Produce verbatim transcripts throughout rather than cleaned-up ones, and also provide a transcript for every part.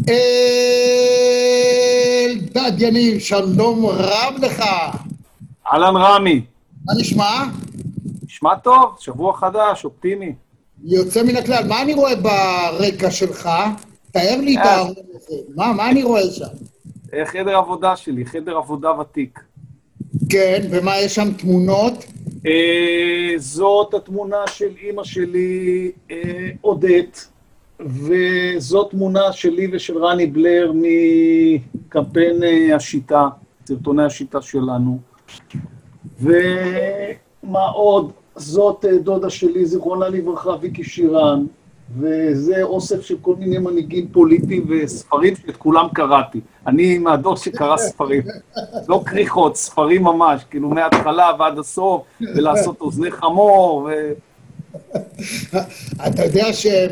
אלדד יניב, שלום רב לך. אהלן רמי. מה נשמע? נשמע טוב, שבוע חדש, אופטימי. יוצא מן הכלל. מה אני רואה ברקע שלך? תאר לי את אה, הארון הזה. מה, מה אני רואה שם? אה, חדר עבודה שלי, חדר עבודה ותיק. כן, ומה יש שם? תמונות? אה, זאת התמונה של אימא שלי, אה, עודית, וזאת תמונה שלי ושל רני בלר מקמפיין אה, השיטה, סרטוני השיטה שלנו. ומה עוד? זאת אה, דודה שלי, זיכרונה לברכה, ויקי שירן, וזה אוסף של כל מיני מנהיגים פוליטיים וספרים שאת כולם קראתי. אני מהדור שקרא ספרים, לא כריכות, ספרים ממש, כאילו מההתחלה ועד הסוף, ולעשות אוזני חמור, ו... אתה יודע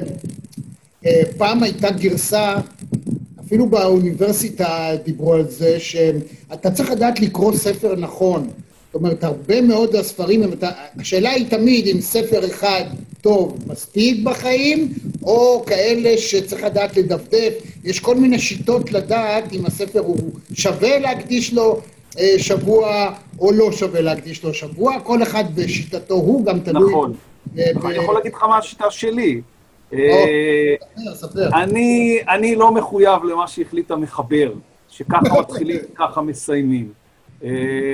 שפעם הייתה גרסה, אפילו באוניברסיטה דיברו על זה, שאתה צריך לדעת לקרוא ספר נכון. זאת אומרת, הרבה מאוד הספרים, אתה, השאלה היא תמיד אם ספר אחד טוב מספיק בחיים, או כאלה שצריך לדעת לדפדף. יש כל מיני שיטות לדעת אם הספר הוא שווה להקדיש לו אה, שבוע, או לא שווה להקדיש לו שבוע. כל אחד בשיטתו הוא גם תלוי. נכון. אה, נכון, ב... אני יכול להגיד לך מה השיטה שלי. או, אה, ספר, ספר. אני, אני לא מחויב למה שהחליט המחבר, שככה מתחילים, ככה מסיימים. Uh,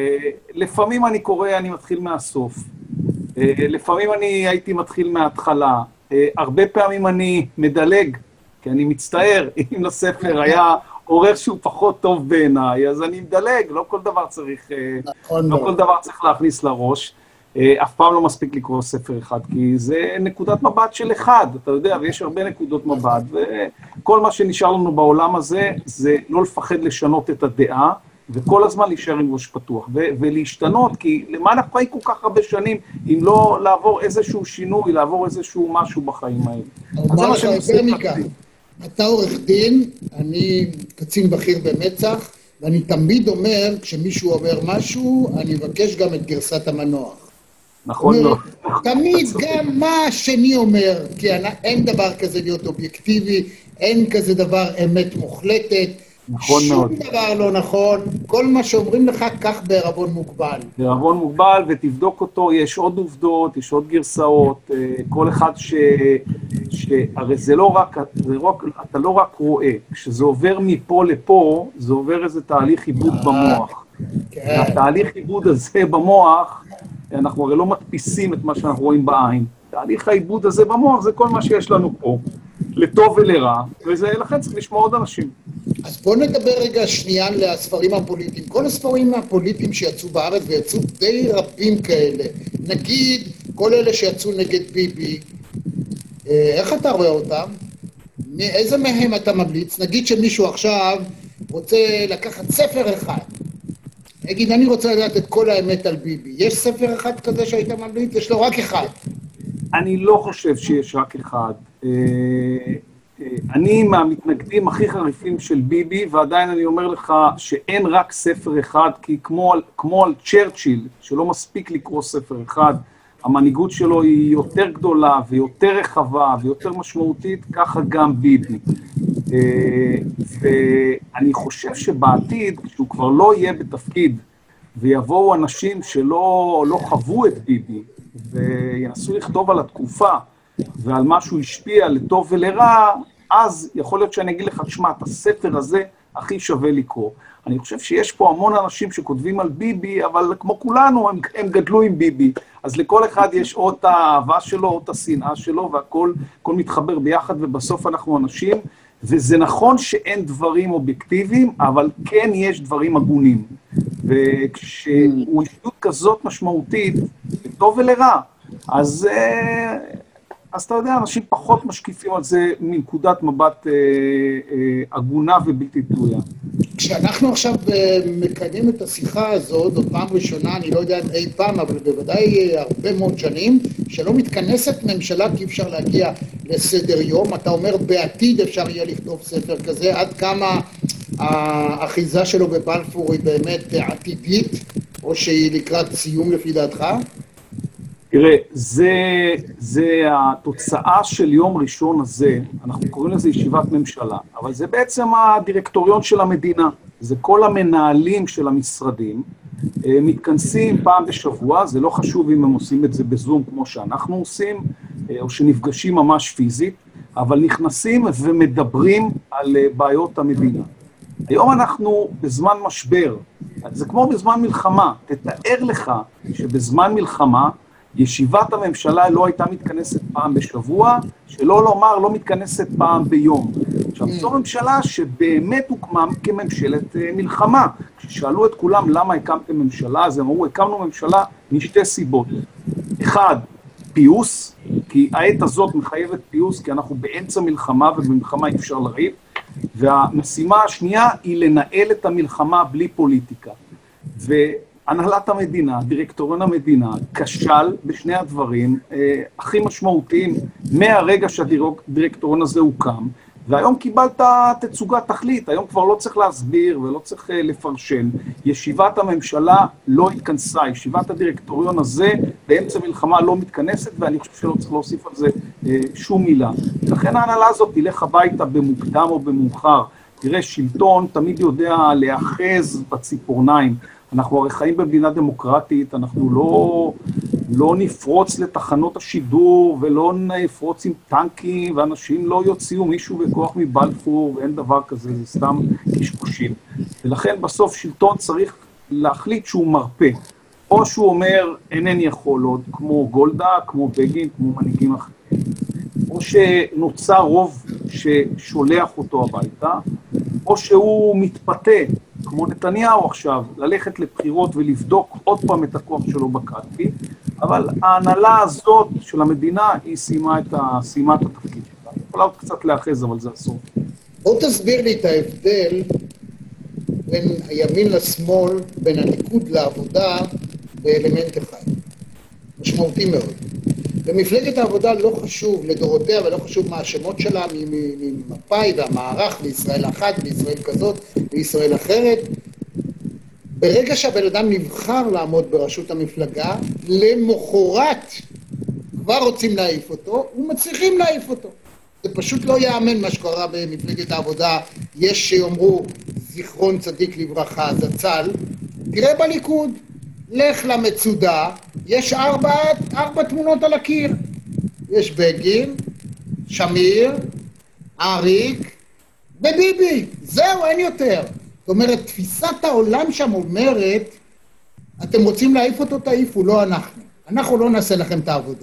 לפעמים אני קורא, אני מתחיל מהסוף. Uh, לפעמים אני הייתי מתחיל מההתחלה. Uh, הרבה פעמים אני מדלג, כי אני מצטער, אם לספר היה עורך שהוא פחות טוב בעיניי, אז אני מדלג, לא כל דבר צריך, uh, נכון לא מאוד. כל דבר צריך להכניס לראש. Uh, אף פעם לא מספיק לקרוא ספר אחד, כי זה נקודת מבט של אחד, אתה יודע, ויש הרבה נקודות מבט, וכל מה שנשאר לנו בעולם הזה, זה לא לפחד לשנות את הדעה, וכל הזמן להישאר עם ראש פתוח, ו- ולהשתנות, כי למה אנחנו חיים כל כך הרבה שנים, אם לא לעבור איזשהו שינוי, לעבור איזשהו משהו בחיים האלה. אז זה אומר מה לך שאני יותר עושה מכך, פרקטי. אתה עורך דין, אני קצין בכיר במצ"ח, ואני תמיד אומר, כשמישהו אומר משהו, אני מבקש גם את גרסת המנוח. זאת נכון אומרת, מאוד. אתה תמיד צודק. גם מה השני אומר, כי אני- אין דבר כזה להיות אובייקטיבי, אין כזה דבר אמת מוחלטת, נכון שום מאוד. דבר לא נכון, כל מה שאומרים לך, כך בערבון מוגבל. בערבון מוגבל, ותבדוק אותו, יש עוד עובדות, יש עוד גרסאות, אה, כל אחד ש... ש... הרי זה לא רק, זה רק, אתה לא רק רואה, כשזה עובר מפה לפה, זה עובר איזה תהליך עיבוד במוח. כן, והתהליך עיבוד הזה במוח, אנחנו הרי לא מדפיסים את מה שאנחנו רואים בעין. תהליך העיבוד הזה במוח זה כל מה שיש לנו פה, לטוב ולרע, ולכן צריך לשמוע עוד אנשים. אז בואו נדבר רגע שנייה על הספרים הפוליטיים. כל הספרים הפוליטיים שיצאו בארץ, ויצאו די רבים כאלה, נגיד כל אלה שיצאו נגד ביבי, אה, איך אתה רואה אותם? מאיזה מהם אתה ממליץ? נגיד שמישהו עכשיו רוצה לקחת ספר אחד, נגיד אני רוצה לדעת את כל האמת על ביבי, יש ספר אחד כזה שהיית ממליץ? יש לו רק אחד. אני לא חושב שיש רק אחד. אה, אה, אני מהמתנגדים הכי חריפים של ביבי, ועדיין אני אומר לך שאין רק ספר אחד, כי כמו על, כמו על צ'רצ'יל, שלא מספיק לקרוא ספר אחד, המנהיגות שלו היא יותר גדולה ויותר רחבה ויותר משמעותית, ככה גם ביבי. אה, ואני חושב שבעתיד, כשהוא כבר לא יהיה בתפקיד, ויבואו אנשים שלא לא חוו את ביבי, וינסו לכתוב על התקופה, ועל מה שהוא השפיע לטוב ולרע, אז יכול להיות שאני אגיד לך, תשמע, את הספר הזה הכי שווה לקרוא. אני חושב שיש פה המון אנשים שכותבים על ביבי, אבל כמו כולנו, הם, הם גדלו עם ביבי. אז לכל אחד יש או את האהבה שלו, או את השנאה שלו, והכל הכל מתחבר ביחד, ובסוף אנחנו אנשים. וזה נכון שאין דברים אובייקטיביים, אבל כן יש דברים הגונים. וכשהוא אישיות כזאת משמעותית, לטוב ולרע, אז... אז אתה יודע, אנשים פחות משקיפים על זה מנקודת מבט אה, אה, הגונה ובלתי תלויה. כשאנחנו עכשיו אה, מקיימים את השיחה הזאת, זאת פעם ראשונה, אני לא יודע אם אי פעם, אבל בוודאי אה, הרבה מאוד שנים, שלא מתכנסת ממשלה כי אפשר להגיע לסדר יום. אתה אומר, בעתיד אפשר יהיה לכתוב ספר כזה, עד כמה האחיזה שלו בבלפור היא באמת עתידית, או שהיא לקראת סיום לפי דעתך? תראה, זה, זה התוצאה של יום ראשון הזה, אנחנו קוראים לזה ישיבת ממשלה, אבל זה בעצם הדירקטוריון של המדינה, זה כל המנהלים של המשרדים, מתכנסים פעם בשבוע, זה לא חשוב אם הם עושים את זה בזום כמו שאנחנו עושים, או שנפגשים ממש פיזית, אבל נכנסים ומדברים על בעיות המדינה. היום אנחנו בזמן משבר, זה כמו בזמן מלחמה, תתאר לך שבזמן מלחמה, ישיבת הממשלה לא הייתה מתכנסת פעם בשבוע, שלא לומר לא מתכנסת פעם ביום. עכשיו, זו ממשלה שבאמת הוקמה כממשלת מלחמה. כששאלו את כולם למה הקמתם ממשלה, אז הם אמרו, הקמנו ממשלה משתי סיבות. אחד, פיוס, כי העת הזאת מחייבת פיוס, כי אנחנו באמצע מלחמה, ובמלחמה אי אפשר לריב. והמשימה השנייה היא לנהל את המלחמה בלי פוליטיקה. והנהלת המדינה, דירקטוריון המדינה, כשל בשני הדברים אה, הכי משמעותיים מהרגע שהדירקטוריון הזה הוקם, והיום קיבלת תצוגת תכלית, היום כבר לא צריך להסביר ולא צריך אה, לפרשן. ישיבת הממשלה לא התכנסה, ישיבת הדירקטוריון הזה באמצע מלחמה לא מתכנסת, ואני חושב שלא צריך להוסיף על זה אה, שום מילה. לכן ההנהלה הזאת תלך הביתה במוקדם או במאוחר. תראה, שלטון תמיד יודע להאחז בציפורניים. אנחנו הרי חיים במדינה דמוקרטית, אנחנו לא, לא נפרוץ לתחנות השידור ולא נפרוץ עם טנקים, ואנשים לא יוציאו מישהו בכוח מבלפור, ואין דבר כזה, זה סתם קשקושים. ולכן בסוף שלטון צריך להחליט שהוא מרפא, או שהוא אומר אינני יכול עוד, כמו גולדה, כמו בגין, כמו מנהיגים אחרים, או שנוצר רוב ששולח אותו הביתה, או שהוא מתפתה, כמו נתניהו עכשיו, ללכת לבחירות ולבדוק עוד פעם את הכוח שלו בקלפי, אבל ההנהלה הזאת של המדינה היא סיימה את, ה... סיימה את התפקיד שלה. אני יכולה עוד קצת לאחז, אבל זה הסוף. בוא תסביר לי את ההבדל בין הימין לשמאל, בין הליכוד לעבודה, באלמנט אחד. משמעותי מאוד. במפלגת העבודה לא חשוב לדורותיה ולא חשוב מה השמות שלה ממפא"י והמערך בישראל אחת, בישראל כזאת, בישראל אחרת. ברגע שהבן אדם נבחר לעמוד בראשות המפלגה, למחרת כבר רוצים להעיף אותו ומצליחים להעיף אותו. זה פשוט לא יאמן מה שקרה במפלגת העבודה. יש שיאמרו זיכרון צדיק לברכה, זצ"ל. תראה בליכוד, לך למצודה, יש ארבע, ארבע תמונות על הקיר. יש בגין, שמיר, אריק וביבי. זהו, אין יותר. זאת אומרת, תפיסת העולם שם אומרת, אתם רוצים להעיף אותו, תעיפו, לא אנחנו. אנחנו לא נעשה לכם את העבודה.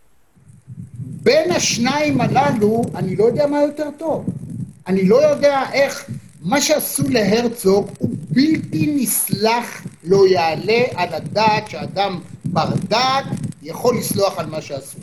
בין השניים הללו, אני לא יודע מה יותר טוב. אני לא יודע איך, מה שעשו להרצוג הוא בלתי נסלח, לא יעלה על הדעת שאדם בר דעת יכול לסלוח על מה שעשו.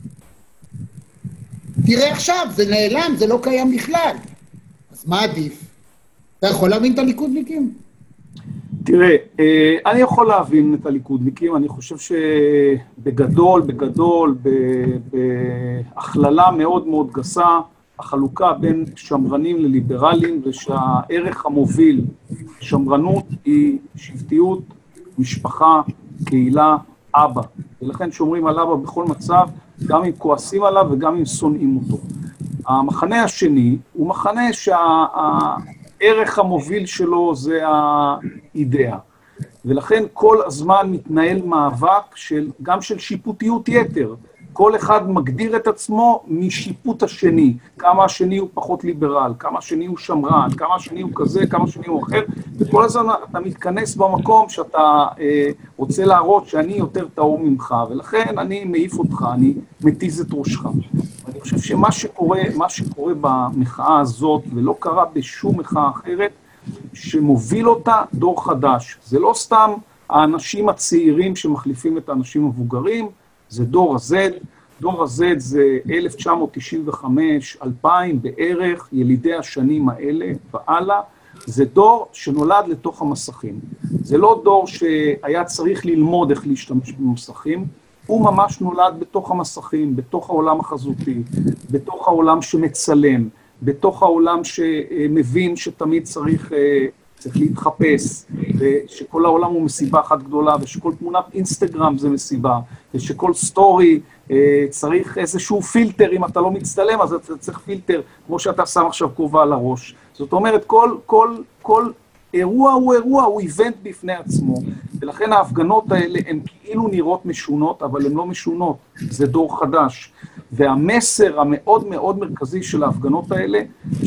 תראה עכשיו, זה נעלם, זה לא קיים בכלל. אז מה עדיף? אתה יכול להבין את הליכודניקים? תראה, אני יכול להבין את הליכודניקים, אני חושב שבגדול, בגדול, בהכללה מאוד מאוד גסה, החלוקה בין שמרנים לליברלים, ושהערך המוביל, שמרנות היא שבטיות, משפחה, קהילה, אבא. ולכן שומרים על אבא בכל מצב, גם אם כועסים עליו וגם אם שונאים אותו. המחנה השני הוא מחנה שהערך המוביל שלו זה האידאה. ולכן כל הזמן מתנהל מאבק של, גם של שיפוטיות יתר. כל אחד מגדיר את עצמו משיפוט השני, כמה השני הוא פחות ליברל, כמה השני הוא שמרן, כמה השני הוא כזה, כמה השני הוא אחר, וכל הזמן אתה מתכנס במקום שאתה אה, רוצה להראות שאני יותר טהור ממך, ולכן אני מעיף אותך, אני מתיז את ראשך. אני חושב שמה שקורה, מה שקורה במחאה הזאת, ולא קרה בשום מחאה אחרת, שמוביל אותה דור חדש. זה לא סתם האנשים הצעירים שמחליפים את האנשים המבוגרים, זה דור ה-Z, דור ה-Z זה אלף תשע מאות תשעים וחמש, אלפיים בערך, ילידי השנים האלה והלאה, זה דור שנולד לתוך המסכים. זה לא דור שהיה צריך ללמוד איך להשתמש במסכים, הוא ממש נולד בתוך המסכים, בתוך העולם החזותי, בתוך העולם שמצלם, בתוך העולם שמבין שתמיד צריך צריך להתחפש, ושכל העולם הוא מסיבה אחת גדולה, ושכל תמונת אינסטגרם זה מסיבה, ושכל סטורי אה, צריך איזשהו פילטר, אם אתה לא מצטלם, אז אתה צריך פילטר, כמו שאתה שם עכשיו כובע על הראש. זאת אומרת, כל, כל, כל אירוע הוא אירוע, הוא איבנט בפני עצמו, ולכן ההפגנות האלה הן כאילו נראות משונות, אבל הן לא משונות, זה דור חדש. והמסר המאוד מאוד מרכזי של ההפגנות האלה,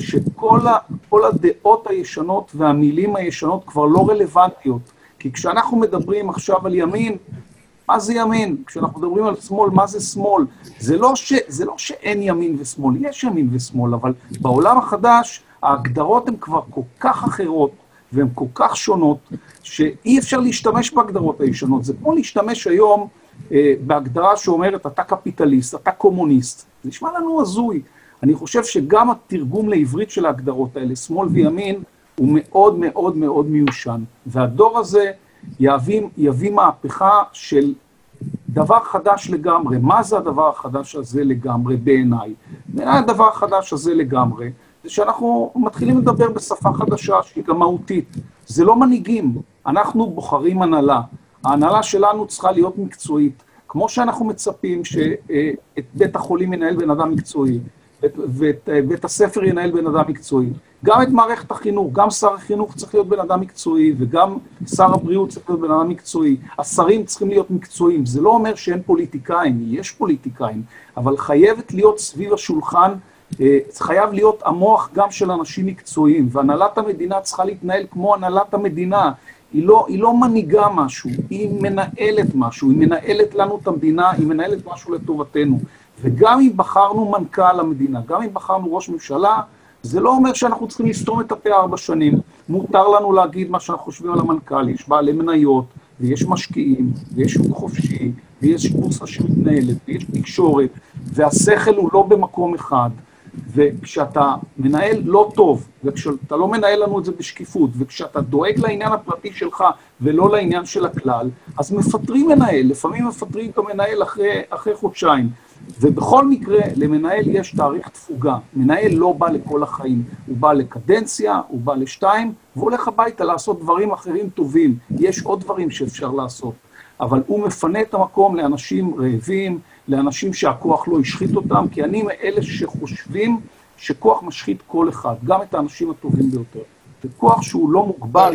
שכל ה, כל הדעות הישנות והמילים הישנות כבר לא רלוונטיות. כי כשאנחנו מדברים עכשיו על ימין, מה זה ימין? כשאנחנו מדברים על שמאל, מה זה שמאל? זה לא, ש, זה לא שאין ימין ושמאל, יש ימין ושמאל, אבל בעולם החדש ההגדרות הן כבר כל כך אחרות, והן כל כך שונות, שאי אפשר להשתמש בהגדרות הישנות. זה כמו להשתמש היום אה, בהגדרה שאומרת, אתה קפיטליסט, אתה קומוניסט. זה נשמע לנו הזוי. אני חושב שגם התרגום לעברית של ההגדרות האלה, שמאל וימין, הוא מאוד מאוד מאוד מיושן. והדור הזה יביא, יביא מהפכה של דבר חדש לגמרי. מה זה הדבר החדש הזה לגמרי בעיניי? בעיניי הדבר החדש הזה לגמרי, זה שאנחנו מתחילים לדבר בשפה חדשה שהיא גם מהותית. זה לא מנהיגים, אנחנו בוחרים הנהלה. ההנהלה שלנו צריכה להיות מקצועית, כמו שאנחנו מצפים שאת בית החולים ינהל בן אדם מקצועי, ואת בית הספר ינהל בן אדם מקצועי. גם את מערכת החינוך, גם שר החינוך צריך להיות בן אדם מקצועי, וגם שר הבריאות צריך להיות בן אדם מקצועי. השרים צריכים להיות מקצועיים. זה לא אומר שאין פוליטיקאים, יש פוליטיקאים, אבל חייבת להיות סביב השולחן, זה חייב להיות המוח גם של אנשים מקצועיים, והנהלת המדינה צריכה להתנהל כמו הנהלת המדינה. היא לא, היא לא מנהיגה משהו, היא מנהלת משהו, היא מנהלת לנו את המדינה, היא מנהלת משהו לטובתנו. וגם אם בחרנו מנכ"ל המדינה, גם אם בחרנו ראש ממשלה, זה לא אומר שאנחנו צריכים לסתום את הפה ארבע שנים. מותר לנו להגיד מה שאנחנו חושבים על המנכ"ל, יש בעלי מניות, ויש משקיעים, ויש שוק חופשי, ויש בורסה שמתנהלת, ויש תקשורת, והשכל הוא לא במקום אחד. וכשאתה מנהל לא טוב, וכשאתה לא מנהל לנו את זה בשקיפות, וכשאתה דואג לעניין הפרטי שלך ולא לעניין של הכלל, אז מפטרים מנהל, לפעמים מפטרים את המנהל אחרי, אחרי חודשיים. ובכל מקרה, למנהל יש תאריך תפוגה. מנהל לא בא לכל החיים, הוא בא לקדנציה, הוא בא לשתיים, והוא הולך הביתה לעשות דברים אחרים טובים. יש עוד דברים שאפשר לעשות. אבל הוא מפנה את המקום לאנשים רעבים, לאנשים שהכוח לא השחית אותם, כי אני מאלה שחושבים שכוח משחית כל אחד, גם את האנשים הטובים ביותר. זה כוח שהוא לא מוגבל.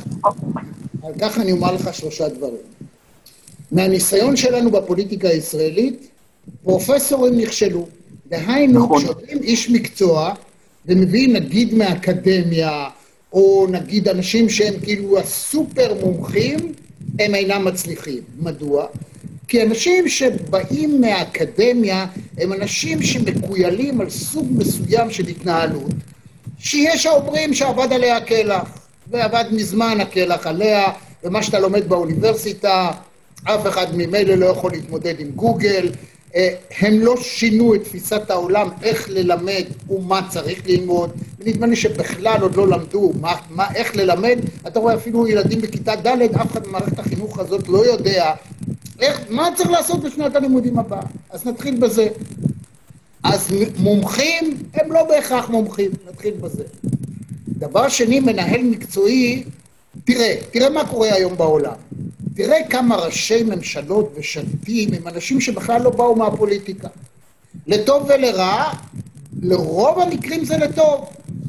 על כך אני אומר לך שלושה דברים. מהניסיון שלנו בפוליטיקה הישראלית, פרופסורים נכשלו. דהיינו, נכון. כשאומרים איש מקצוע, ומביאים נגיד מהאקדמיה, או נגיד אנשים שהם כאילו הסופר מומחים, הם אינם מצליחים. מדוע? כי אנשים שבאים מהאקדמיה הם אנשים שמקוילים על סוג מסוים של התנהלות, שיש האומרים שעבד עליה הכלח, ועבד מזמן הכלח עליה, ומה שאתה לומד באוניברסיטה, אף אחד ממילא לא יכול להתמודד עם גוגל, הם לא שינו את תפיסת העולם איך ללמד ומה צריך ללמוד, ונדמה לי שבכלל עוד לא למדו מה, מה, איך ללמד. אתה רואה אפילו ילדים בכיתה ד', אף אחד במערכת החינוך הזאת לא יודע איך, מה צריך לעשות בשנת הלימודים הבאה. אז נתחיל בזה. אז מומחים הם לא בהכרח מומחים, נתחיל בזה. דבר שני, מנהל מקצועי, תראה, תראה מה קורה היום בעולם. תראה כמה ראשי ממשלות ושלטים הם אנשים שבכלל לא באו מהפוליטיקה. לטוב ולרע, לרוב המקרים זה לטוב.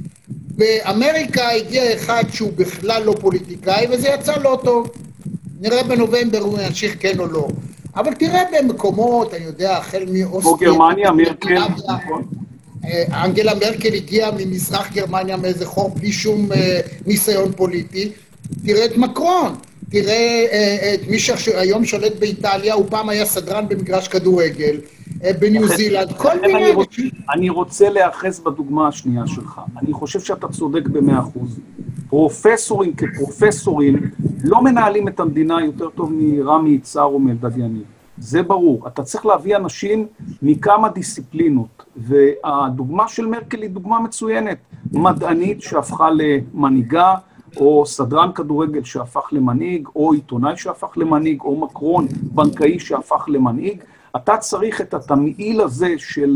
באמריקה הגיע אחד שהוא בכלל לא פוליטיקאי, וזה יצא לא טוב. נראה בנובמבר הוא ימשיך כן או לא. אבל תראה במקומות, אני יודע, החל מאוסטריה... כמו גרמניה, מרקל, נכון. אנגלה מרקל הגיעה ממזרח גרמניה מאיזה חור בלי שום אה, ניסיון פוליטי. תראה את מקרון. תראה את מי שהיום שולט באיטליה, הוא פעם היה סדרן במגרש כדורגל, בניו זילנד, כל מיני... אני רוצה להיאחז בדוגמה השנייה שלך. אני חושב שאתה צודק במאה אחוז. פרופסורים כפרופסורים לא מנהלים את המדינה יותר טוב מרמי יצהר או מאלדד יניב. זה ברור. אתה צריך להביא אנשים מכמה דיסציפלינות, והדוגמה של מרקל היא דוגמה מצוינת. מדענית שהפכה למנהיגה, או סדרן כדורגל שהפך למנהיג, או עיתונאי שהפך למנהיג, או מקרון בנקאי שהפך למנהיג. אתה צריך את התמהיל הזה של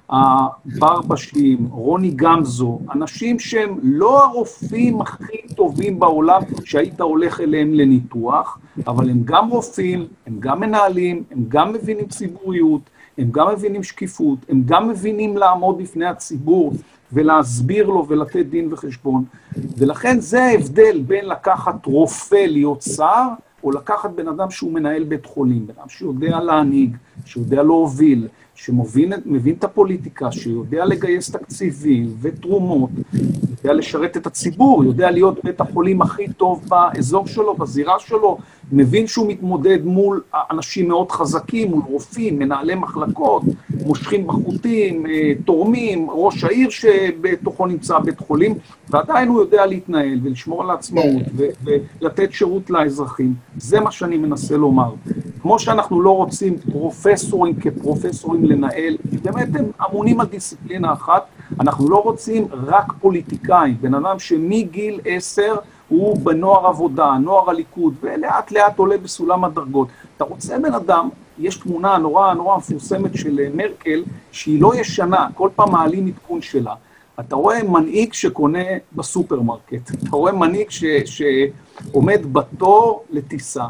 הברבשים, רוני גמזו, אנשים שהם לא הרופאים הכי טובים בעולם שהיית הולך אליהם לניתוח, אבל הם גם רופאים, הם גם מנהלים, הם גם מבינים ציבוריות, הם גם מבינים שקיפות, הם גם מבינים לעמוד בפני הציבור ולהסביר לו ולתת דין וחשבון. ולכן זה ההבדל בין לקחת רופא להיות שר, או לקחת בן אדם שהוא מנהל בית חולים, בן אדם שיודע להנהיג, שיודע להוביל, שמבין את הפוליטיקה, שיודע לגייס תקציבים ותרומות, יודע לשרת את הציבור, יודע להיות בית החולים הכי טוב באזור שלו, בזירה שלו, מבין שהוא מתמודד מול אנשים מאוד חזקים, מול רופאים, מנהלי מחלקות, מושכים בחוטים, תורמים, ראש העיר שבתוכו נמצא בית חולים, ועדיין הוא יודע להתנהל ולשמור על העצמאות ולתת שירות לאזרחים. זה מה שאני מנסה לומר. כמו שאנחנו לא רוצים פרופסורים כפרופסורים לנהל, באמת הם אמונים על דיסציפלינה אחת, אנחנו לא רוצים רק פוליטיקאים, בן אדם שמגיל עשר הוא בנוער עבודה, נוער הליכוד, ולאט לאט עולה בסולם הדרגות. אתה רוצה בן אדם, יש תמונה נורא נורא מפורסמת של מרקל, שהיא לא ישנה, כל פעם מעלים עדכון שלה. אתה רואה מנהיג שקונה בסופרמרקט, אתה רואה מנהיג ש, שעומד בתור לטיסה,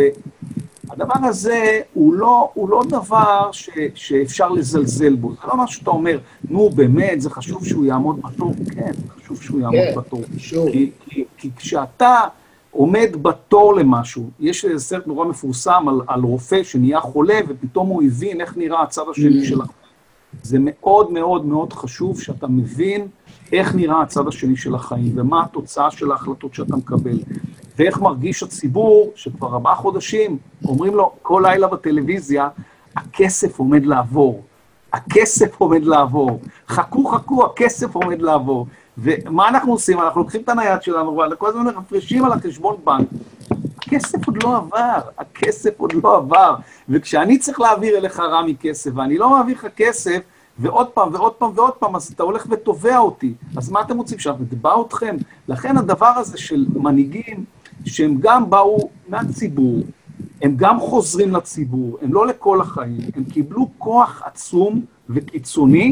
והדבר הזה הוא לא, הוא לא דבר ש, שאפשר לזלזל בו, זה לא מה שאתה אומר, נו באמת, זה חשוב שהוא יעמוד בתור, כן, חשוב שהוא יעמוד כן, בתור, כי, כי, כי כשאתה עומד בתור למשהו, יש איזה סרט נורא מפורסם על, על רופא שנהיה חולה, ופתאום הוא הבין איך נראה הצד השני של החיים. זה מאוד מאוד מאוד חשוב שאתה מבין איך נראה הצד השני של החיים, ומה התוצאה של ההחלטות שאתה מקבל, ואיך מרגיש הציבור שכבר ארבעה חודשים אומרים לו כל לילה בטלוויזיה, הכסף עומד לעבור, הכסף עומד לעבור, חכו חכו, הכסף עומד לעבור. ומה אנחנו עושים? אנחנו לוקחים את הנייד שלנו, ואנחנו כל הזמן מפרישים על החשבון בנק, הכסף עוד לא עבר, הכסף עוד לא עבר, וכשאני צריך להעביר אליך רמי כסף, ואני לא מעביר לך כסף, ועוד פעם ועוד פעם ועוד פעם, אז אתה הולך ותובע אותי, אז מה אתם רוצים? שאנחנו נתבע אתכם? לכן הדבר הזה של מנהיגים, שהם גם באו מהציבור, הם גם חוזרים לציבור, הם לא לכל החיים, הם קיבלו כוח עצום וקיצוני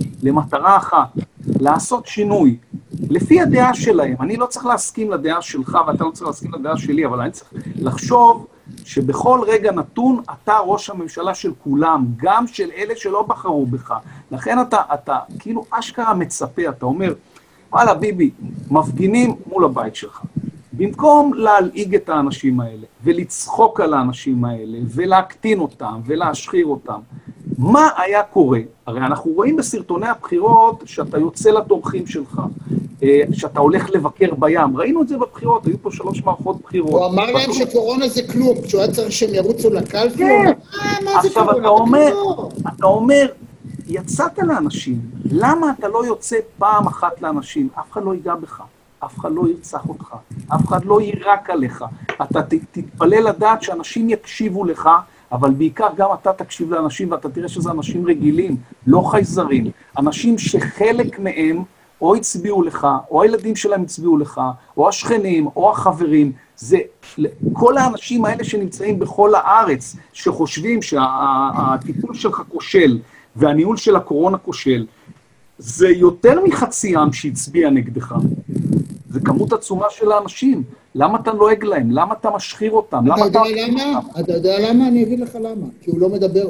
למטרה אחת, לעשות שינוי, לפי הדעה שלהם. אני לא צריך להסכים לדעה שלך, ואתה לא צריך להסכים לדעה שלי, אבל אני צריך לחשוב שבכל רגע נתון אתה ראש הממשלה של כולם, גם של אלה שלא בחרו בך. לכן אתה, אתה כאילו אשכרה מצפה, אתה אומר, וואלה ביבי, מפגינים מול הבית שלך. במקום להלעיג את האנשים האלה, ולצחוק על האנשים האלה, ולהקטין אותם, ולהשחיר אותם, מה היה קורה? הרי אנחנו רואים בסרטוני הבחירות שאתה יוצא לתומכים שלך, שאתה הולך לבקר בים. ראינו את זה בבחירות, היו פה שלוש מערכות בחירות. הוא אמר להם שקורונה זה כלום, כשהוא היה צריך שהם ירוצו לקלפי, כן. עכשיו אתה אומר, אתה אומר, יצאת לאנשים, למה אתה לא יוצא פעם אחת לאנשים? אף אחד לא ייגע בך, אף אחד לא ירצח אותך, אף אחד לא יירק עליך. אתה תתפלל לדעת שאנשים יקשיבו לך, אבל בעיקר גם אתה תקשיב לאנשים, ואתה תראה שזה אנשים רגילים, לא חייזרים. אנשים שחלק מהם או הצביעו לך, או הילדים שלהם הצביעו לך, או השכנים, או החברים. זה כל האנשים האלה שנמצאים בכל הארץ, שחושבים שהטיפול שלך כושל, והניהול של הקורונה כושל, זה יותר מחצי עם שהצביע נגדך. זה כמות עצומה של האנשים. למה אתה לועג להם? למה אתה משחיר אותם? אתה יודע למה? אתה יודע למה? אני אגיד לך למה. כי הוא לא מדבר,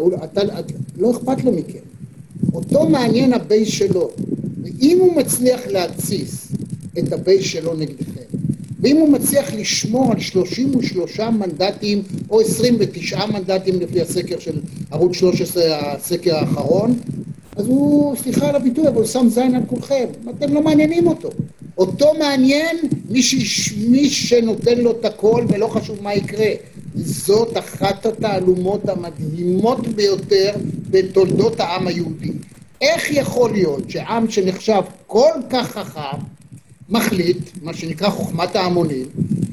לא אכפת לו מכם. אותו מעניין הבייס שלו. ואם הוא מצליח להציס את הבייס שלו נגדכם, ואם הוא מצליח לשמור על שלושים ושלושה מנדטים, או עשרים ותשעה מנדטים לפי הסקר של ערוץ שלוש עשרה, הסקר האחרון, אז הוא, סליחה על הביטוי, אבל הוא שם זין על כולכם. אתם לא מעניינים אותו. אותו מעניין מי, ש... מי שנותן לו את הכל ולא חשוב מה יקרה. זאת אחת התעלומות המדהימות ביותר בתולדות העם היהודי. איך יכול להיות שעם שנחשב כל כך חכם מחליט, מה שנקרא חוכמת ההמונים,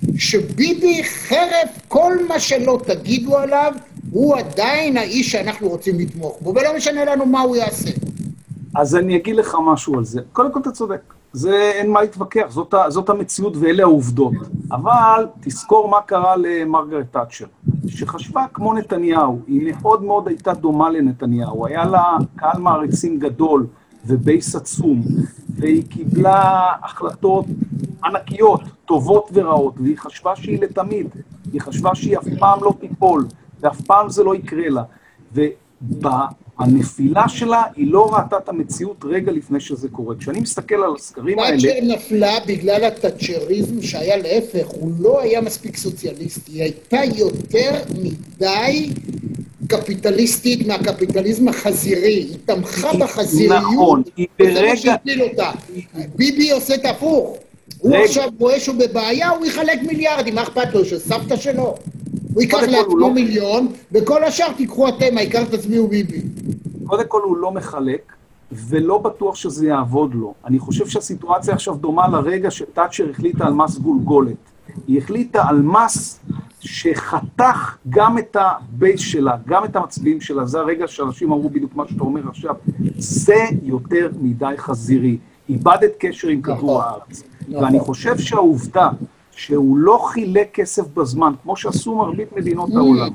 שביבי חרף כל מה שלא תגידו עליו, הוא עדיין האיש שאנחנו רוצים לתמוך בו, ולא משנה לנו מה הוא יעשה. אז אני אגיד לך משהו על זה. קודם כל אתה צודק. זה אין מה להתווכח, זאת, זאת המציאות ואלה העובדות. אבל תזכור מה קרה למרגרט תאצ'ר. שחשבה כמו נתניהו, היא מאוד מאוד הייתה דומה לנתניהו, היה לה קהל מעריצים גדול ובייס עצום, והיא קיבלה החלטות ענקיות, טובות ורעות, והיא חשבה שהיא לתמיד, היא חשבה שהיא אף פעם לא תיפול, ואף פעם זה לא יקרה לה, והנפילה שלה היא לא ראתה את המציאות רגע לפני שזה קורה. כשאני מסתכל על הסקרים האלה... תאצ'ר נפלה בגלל התאצ'ריזם שהיה להפך, הוא לא היה מספיק סוציאליסטי, היא הייתה יותר מדי קפיטליסטית מהקפיטליזם החזירי, היא תמכה בחזיריות, נכון, היא ברגע... וזה מה שהפיל אותה. ביבי עושה את הפוך, הוא עכשיו רואה שהוא בבעיה, הוא יחלק מיליארדים, מה אכפת לו, של סבתא שלו? הוא ייקח לעצמו מיליון, וכל השאר תיקחו אתם, העיקר תצביעו ביבי. קודם כל הוא לא מחלק, ולא בטוח שזה יעבוד לו. אני חושב שהסיטואציה עכשיו דומה לרגע שטאצ'ר החליטה על מס גולגולת. היא החליטה על מס שחתך גם את הבייס שלה, גם את המצביעים שלה. זה הרגע שאנשים אמרו בדיוק מה שאתה אומר עכשיו. זה יותר מדי חזירי. איבדת קשר עם כדור הארץ. ואני חושב שהעובדה שהוא לא חילק כסף בזמן, כמו שעשו מרבית מדינות העולם,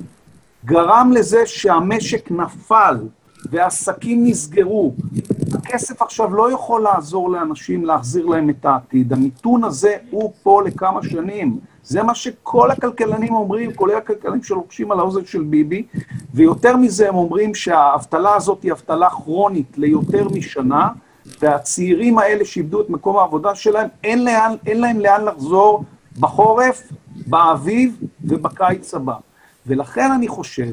גרם לזה שהמשק נפל והעסקים נסגרו. הכסף עכשיו לא יכול לעזור לאנשים להחזיר להם את העתיד. המיתון הזה הוא פה לכמה שנים. זה מה שכל הכלכלנים אומרים, כולל הכלכלנים שלוקשים על האוזן של ביבי, ויותר מזה הם אומרים שהאבטלה הזאת היא אבטלה כרונית ליותר משנה, והצעירים האלה שאיבדו את מקום העבודה שלהם, אין, לאן, אין להם לאן לחזור בחורף, באביב ובקיץ הבא. ולכן אני חושב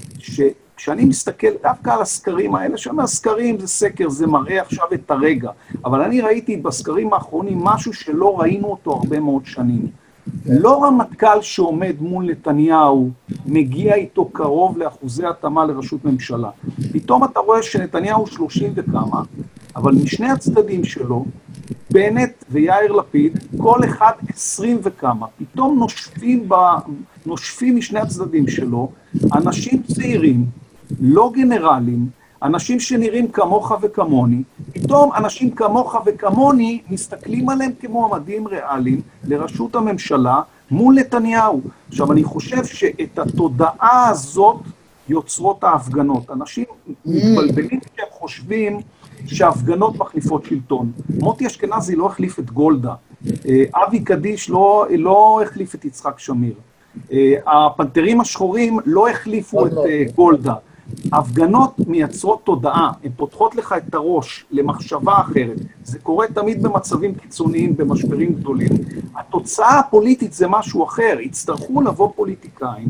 שכשאני מסתכל דווקא על הסקרים האלה, שאומר סקרים זה סקר, זה מראה עכשיו את הרגע, אבל אני ראיתי בסקרים האחרונים משהו שלא ראינו אותו הרבה מאוד שנים. לא רמטכ"ל שעומד מול נתניהו, מגיע איתו קרוב לאחוזי התאמה לראשות ממשלה. פתאום אתה רואה שנתניהו שלושים וכמה, אבל משני הצדדים שלו, בנט ויאיר לפיד, כל אחד עשרים וכמה, פתאום נושפים, ב... נושפים משני הצדדים שלו, אנשים צעירים, לא גנרלים, אנשים שנראים כמוך וכמוני, פתאום אנשים כמוך וכמוני מסתכלים עליהם כמועמדים ריאליים לראשות הממשלה מול נתניהו. עכשיו אני חושב שאת התודעה הזאת יוצרות ההפגנות. אנשים מתבלבלים שהם חושבים שההפגנות מחליפות שלטון. מוטי אשכנזי לא החליף את גולדה, אבי קדיש לא, לא החליף את יצחק שמיר, הפנתרים השחורים לא החליפו את גולדה. הפגנות מייצרות תודעה, הן פותחות לך את הראש למחשבה אחרת. זה קורה תמיד במצבים קיצוניים, במשברים גדולים. התוצאה הפוליטית זה משהו אחר. יצטרכו לבוא פוליטיקאים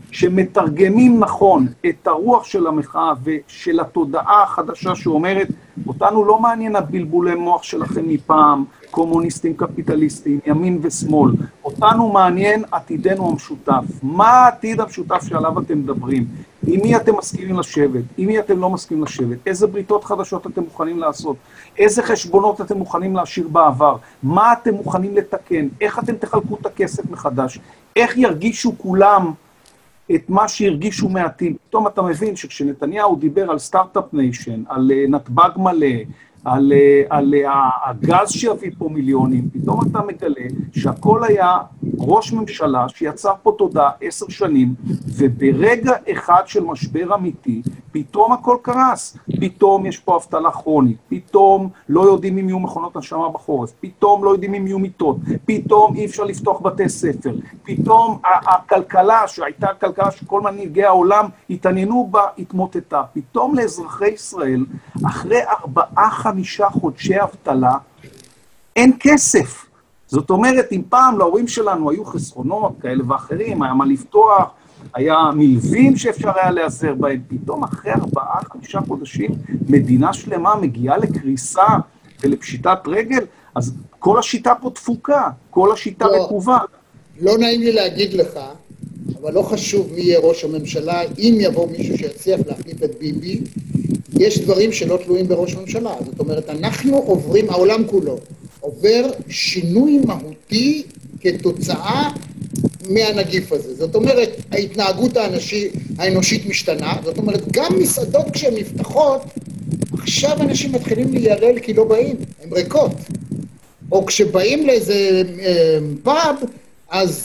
שמתרגמים נכון את הרוח של המחאה ושל התודעה החדשה שאומרת, אותנו לא מעניין הבלבולי מוח שלכם מפעם, קומוניסטים, קפיטליסטים, ימין ושמאל. אותנו מעניין עתידנו המשותף. מה העתיד המשותף שעליו אתם מדברים? עם מי אתם מסכימים לשבת? עם מי אתם לא מסכימים לשבת? איזה בריתות חדשות אתם מוכנים לעשות? איזה חשבונות אתם מוכנים להשאיר בעבר? מה אתם מוכנים לתקן? איך אתם תחלקו את הכסף מחדש? איך ירגישו כולם את מה שהרגישו מעטים? פתאום אתה מבין שכשנתניהו דיבר על סטארט-אפ ניישן, על נתב"ג מלא, על, על הגז שיביא פה מיליונים, פתאום אתה מגלה שהכל היה ראש ממשלה שיצר פה תודה עשר שנים, וברגע אחד של משבר אמיתי, פתאום הכל קרס. פתאום יש פה אבטלה כרונית, פתאום לא יודעים אם יהיו מכונות הנשמה בחורף, פתאום לא יודעים אם יהיו מיטות, פתאום אי אפשר לפתוח בתי ספר, פתאום הכלכלה שהייתה כלכלה שכל מנהיגי העולם התעניינו בה, התמוטטה. פתאום לאזרחי ישראל, אחרי ארבעה חמישה חודשי אבטלה, אין כסף. זאת אומרת, אם פעם להורים שלנו היו חסכונות כאלה ואחרים, היה מה לפתוח, היה מלווים שאפשר היה להיעזר בהם, פתאום אחרי ארבעה, חמישה חודשים, מדינה שלמה מגיעה לקריסה ולפשיטת רגל, אז כל השיטה פה דפוקה, כל השיטה לא, רקובה. לא נעים לי להגיד לך, אבל לא חשוב מי יהיה ראש הממשלה, אם יבוא מישהו שיצליח להחליף את ביבי, יש דברים שלא תלויים בראש הממשלה. זאת אומרת, אנחנו עוברים, העולם כולו, עובר שינוי מהותי כתוצאה מהנגיף הזה. זאת אומרת, ההתנהגות האנשי, האנושית משתנה, זאת אומרת, גם מסעדות כשהן נפתחות, עכשיו אנשים מתחילים להירל כי לא באים, הן ריקות. או כשבאים לאיזה אה, פאב, אז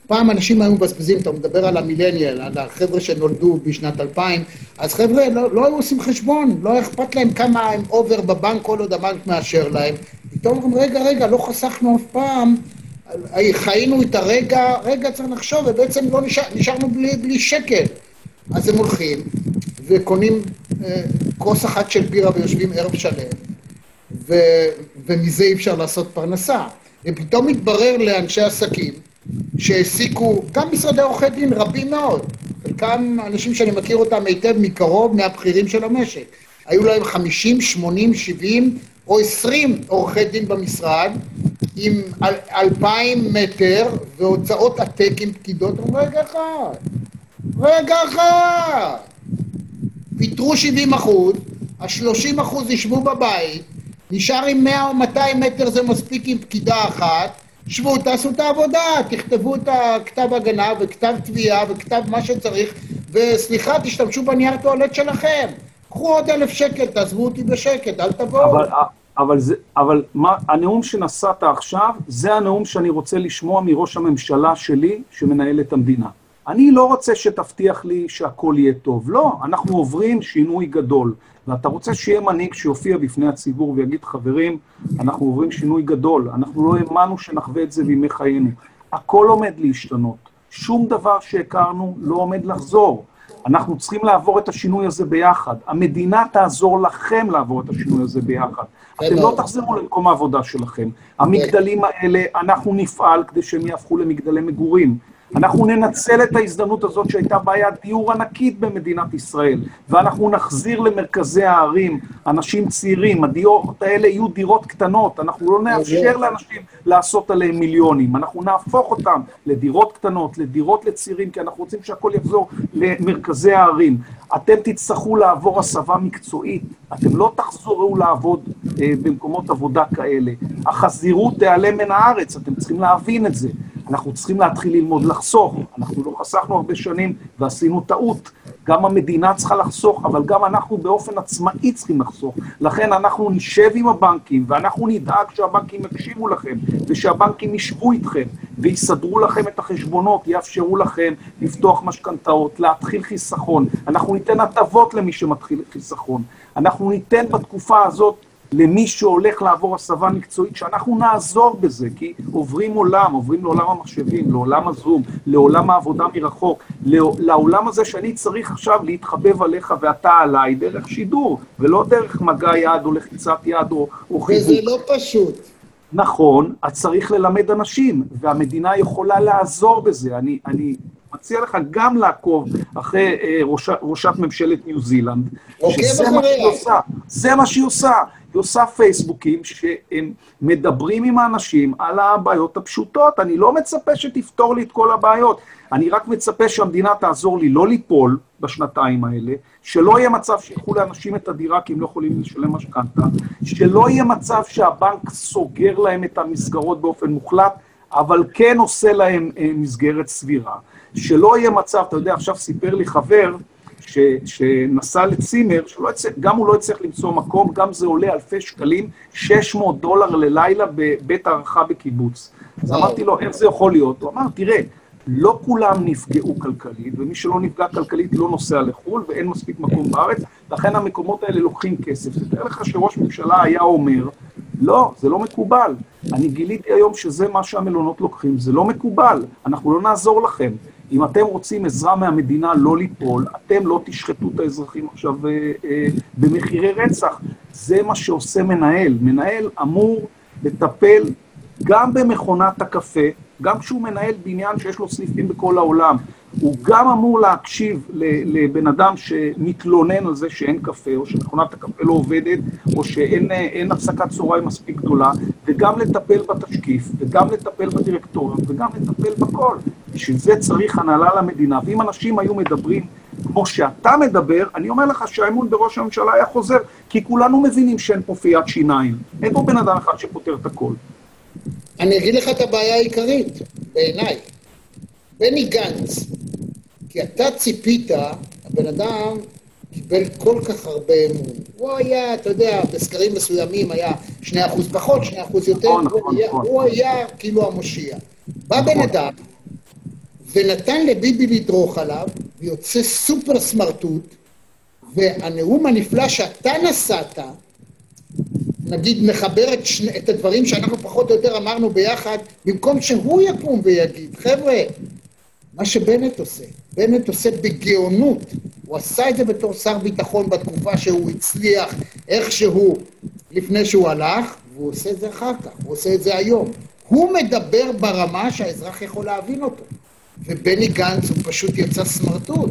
פעם אנשים היו מבזבזים, אתה מדבר על המילניאל, על החבר'ה שנולדו בשנת אלפיים, אז חבר'ה לא, לא היו עושים חשבון, לא אכפת להם כמה הם אובר בבנק, כל עוד הבנק מאשר להם. פתאום אומרים, רגע, רגע, לא חסכנו אף פעם, חיינו את הרגע, רגע צריך לחשוב, ובעצם לא נשאר, נשארנו בלי, בלי שקל. אז הם הולכים וקונים אה, כוס אחת של בירה ויושבים ערב שלם, ו, ומזה אי אפשר לעשות פרנסה. ופתאום מתברר לאנשי עסקים, שהעסיקו גם משרדי עורכי דין רבים מאוד, חלקם אנשים שאני מכיר אותם היטב מקרוב מהבכירים של המשק. היו להם חמישים, שמונים, שבעים או עשרים עורכי דין במשרד, עם אלפיים מטר והוצאות עתק עם פקידות. רגע אחד, רגע אחד. פיתרו שבעים אחוז, ה-שלושים אחוז ישבו בבית, נשאר עם מאה או מאתיים מטר, זה מספיק עם פקידה אחת, שבו, תעשו את העבודה, תכתבו את הכתב הגנה וכתב תביעה וכתב מה שצריך, וסליחה, תשתמשו בנייר טואלט שלכם. קחו עוד אלף שקל, תעזבו אותי בשקט, אל תבואו. אבל, אבל, זה, אבל מה, הנאום שנשאת עכשיו, זה הנאום שאני רוצה לשמוע מראש הממשלה שלי, שמנהל את המדינה. אני לא רוצה שתבטיח לי שהכל יהיה טוב. לא, אנחנו עוברים שינוי גדול. ואתה רוצה שיהיה מנהיג שיופיע בפני הציבור ויגיד, חברים, אנחנו עוברים שינוי גדול, אנחנו לא האמנו שנחווה את זה בימי חיינו. הכל עומד להשתנות. שום דבר שהכרנו לא עומד לחזור. אנחנו צריכים לעבור את השינוי הזה ביחד. המדינה תעזור לכם לעבור את השינוי הזה ביחד. אתם לא תחזרו למקום העבודה שלכם. המגדלים האלה, אנחנו נפעל כדי שהם יהפכו למגדלי מגורים. אנחנו ננצל את ההזדמנות הזאת שהייתה בעיית דיור ענקית במדינת ישראל, ואנחנו נחזיר למרכזי הערים אנשים צעירים, הדירות האלה יהיו דירות קטנות, אנחנו לא נאפשר לאנשים לעשות עליהם מיליונים, אנחנו נהפוך אותם לדירות קטנות, לדירות לצעירים, כי אנחנו רוצים שהכל יחזור למרכזי הערים. אתם תצטרכו לעבור הסבה מקצועית, אתם לא תחזרו לעבוד אה, במקומות עבודה כאלה. החזירות תיעלם מן הארץ, אתם צריכים להבין את זה. אנחנו צריכים להתחיל ללמוד לחסוך, אנחנו לא חסכנו הרבה שנים ועשינו טעות, גם המדינה צריכה לחסוך, אבל גם אנחנו באופן עצמאי צריכים לחסוך, לכן אנחנו נשב עם הבנקים, ואנחנו נדאג שהבנקים יקשיבו לכם, ושהבנקים ישבו איתכם, ויסדרו לכם את החשבונות, יאפשרו לכם לפתוח משכנתאות, להתחיל חיסכון, אנחנו ניתן הטבות למי שמתחיל חיסכון, אנחנו ניתן בתקופה הזאת, למי שהולך לעבור הסבה מקצועית, שאנחנו נעזור בזה, כי עוברים עולם, עוברים לעולם המחשבים, לעולם הזום, לעולם העבודה מרחוק, לעולם הזה שאני צריך עכשיו להתחבב עליך ואתה עליי, דרך שידור, ולא דרך מגע יד או לחיצת יד או, או חיבוק. וזה לא פשוט. נכון, את צריך ללמד אנשים, והמדינה יכולה לעזור בזה. אני, אני מציע לך גם לעקוב אחרי אה, ראש, ראשת ממשלת ניו זילנד, שזה מה שהיא עושה. זה מה שהיא עושה. היא עושה פייסבוקים שהם מדברים עם האנשים על הבעיות הפשוטות. אני לא מצפה שתפתור לי את כל הבעיות. אני רק מצפה שהמדינה תעזור לי לא ליפול בשנתיים האלה, שלא יהיה מצב שיקחו לאנשים את הדירה כי הם לא יכולים לשלם משכנתה, שלא יהיה מצב שהבנק סוגר להם את המסגרות באופן מוחלט, אבל כן עושה להם אה, מסגרת סבירה. שלא יהיה מצב, אתה יודע, עכשיו סיפר לי חבר, ש, שנסע לצימר, שלא יצא, גם הוא לא יצטרך למצוא מקום, גם זה עולה אלפי שקלים, שש מאות דולר ללילה בבית הערכה בקיבוץ. אז אמרתי לו, איך זה יכול להיות? הוא אמר, תראה, לא כולם נפגעו כלכלית, ומי שלא נפגע כלכלית לא נוסע לחול, ואין מספיק מקום בארץ, לכן המקומות האלה לוקחים כסף. זה תראה לך שראש ממשלה היה אומר, לא, זה לא מקובל. אני גיליתי היום שזה מה שהמלונות לוקחים, זה לא מקובל, אנחנו לא נעזור לכם. אם אתם רוצים עזרה מהמדינה לא ליפול, אתם לא תשחטו את האזרחים עכשיו אה, אה, במחירי רצח. זה מה שעושה מנהל. מנהל אמור לטפל גם במכונת הקפה, גם כשהוא מנהל בניין שיש לו סניפים בכל העולם, הוא גם אמור להקשיב לבן אדם שמתלונן על זה שאין קפה, או שמכונת הקפה לא עובדת, או שאין הפסקת צהריים מספיק גדולה, וגם לטפל בתשקיף, וגם לטפל בדירקטוריון, וגם לטפל בכל. בשביל זה צריך הנהלה למדינה, ואם אנשים היו מדברים כמו שאתה מדבר, אני אומר לך שהאמון בראש הממשלה היה חוזר, כי כולנו מבינים שאין פה פיית שיניים. אין פה בן אדם אחד שפותר את הכל. אני אגיד לך את הבעיה העיקרית, בעיניי. בני גנץ, כי אתה ציפית, הבן אדם קיבל כל כך הרבה אמון. הוא היה, אתה יודע, בסקרים מסוימים היה שני אחוז פחות, שני אחוז יותר, נכון, נכון, הוא היה, נכון. הוא היה כאילו המושיע. בא בן אדם, ונתן לביבי לדרוך עליו, ויוצא סופר סמרטוט, והנאום הנפלא שאתה נשאת, נגיד מחבר את, שני, את הדברים שאנחנו פחות או יותר אמרנו ביחד, במקום שהוא יקום ויגיד, חבר'ה, מה שבנט עושה, בנט עושה בגאונות, הוא עשה את זה בתור שר ביטחון בתקופה שהוא הצליח איכשהו לפני שהוא הלך, והוא עושה את זה אחר כך, הוא עושה את זה היום. הוא מדבר ברמה שהאזרח יכול להבין אותו, ובני גנץ הוא פשוט יצא סמרטוט.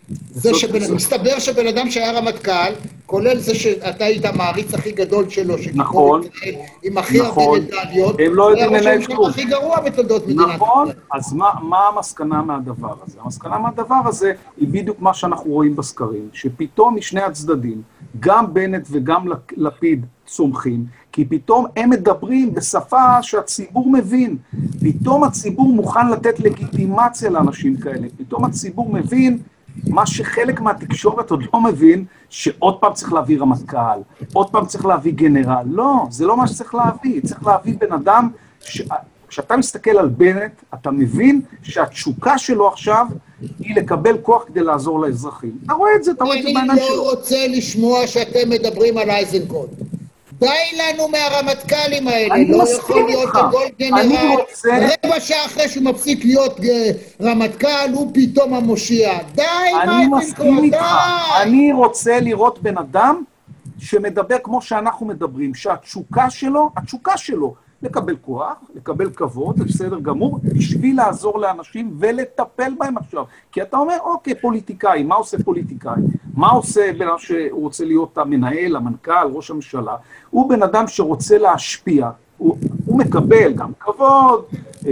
זה שבן, מסתבר שבן אדם שהיה רמטכ"ל, כולל זה שאתה היית המעריץ הכי גדול שלו, נכון, עם הכי הרבה נכון, מדליות, הם לא יודעים לנהל כלום. הכי גרוע בתולדות מדינת ישראל. נכון, אז מה, מה המסקנה מהדבר הזה? המסקנה מהדבר הזה היא בדיוק מה שאנחנו רואים בסקרים, שפתאום משני הצדדים, גם בנט וגם לפיד צומחים, כי פתאום הם מדברים בשפה שהציבור מבין, פתאום הציבור מוכן לתת לגיטימציה לאנשים כאלה, פתאום הציבור מבין, מה שחלק מהתקשורת עוד לא מבין, שעוד פעם צריך להביא רמטכ"ל, עוד פעם צריך להביא גנרל. לא, זה לא מה שצריך להביא. צריך להביא בן אדם, ש... כשאתה מסתכל על בנט, אתה מבין שהתשוקה שלו עכשיו היא לקבל כוח כדי לעזור לאזרחים. אתה רואה את זה, אתה רואה את זה בעיניים שלו. אני לא רוצה לשמוע שאתם מדברים על אייזנקוט. די לנו מהרמטכ"לים האלה, לא יכול להיות גול גנרל, רבע שעה אחרי שהוא מפסיק להיות רמטכ"ל, הוא פתאום המושיע. די, אני מסכים איתך, אני רוצה לראות בן אדם שמדבר כמו שאנחנו מדברים, שהתשוקה שלו, התשוקה שלו, לקבל כוח, לקבל כבוד, זה בסדר גמור, בשביל לעזור לאנשים ולטפל בהם עכשיו. כי אתה אומר, אוקיי, פוליטיקאי, מה עושה פוליטיקאי? מה עושה בן אדם שהוא רוצה להיות המנהל, המנכ"ל, ראש הממשלה? הוא בן אדם שרוצה להשפיע, הוא, הוא מקבל גם כבוד,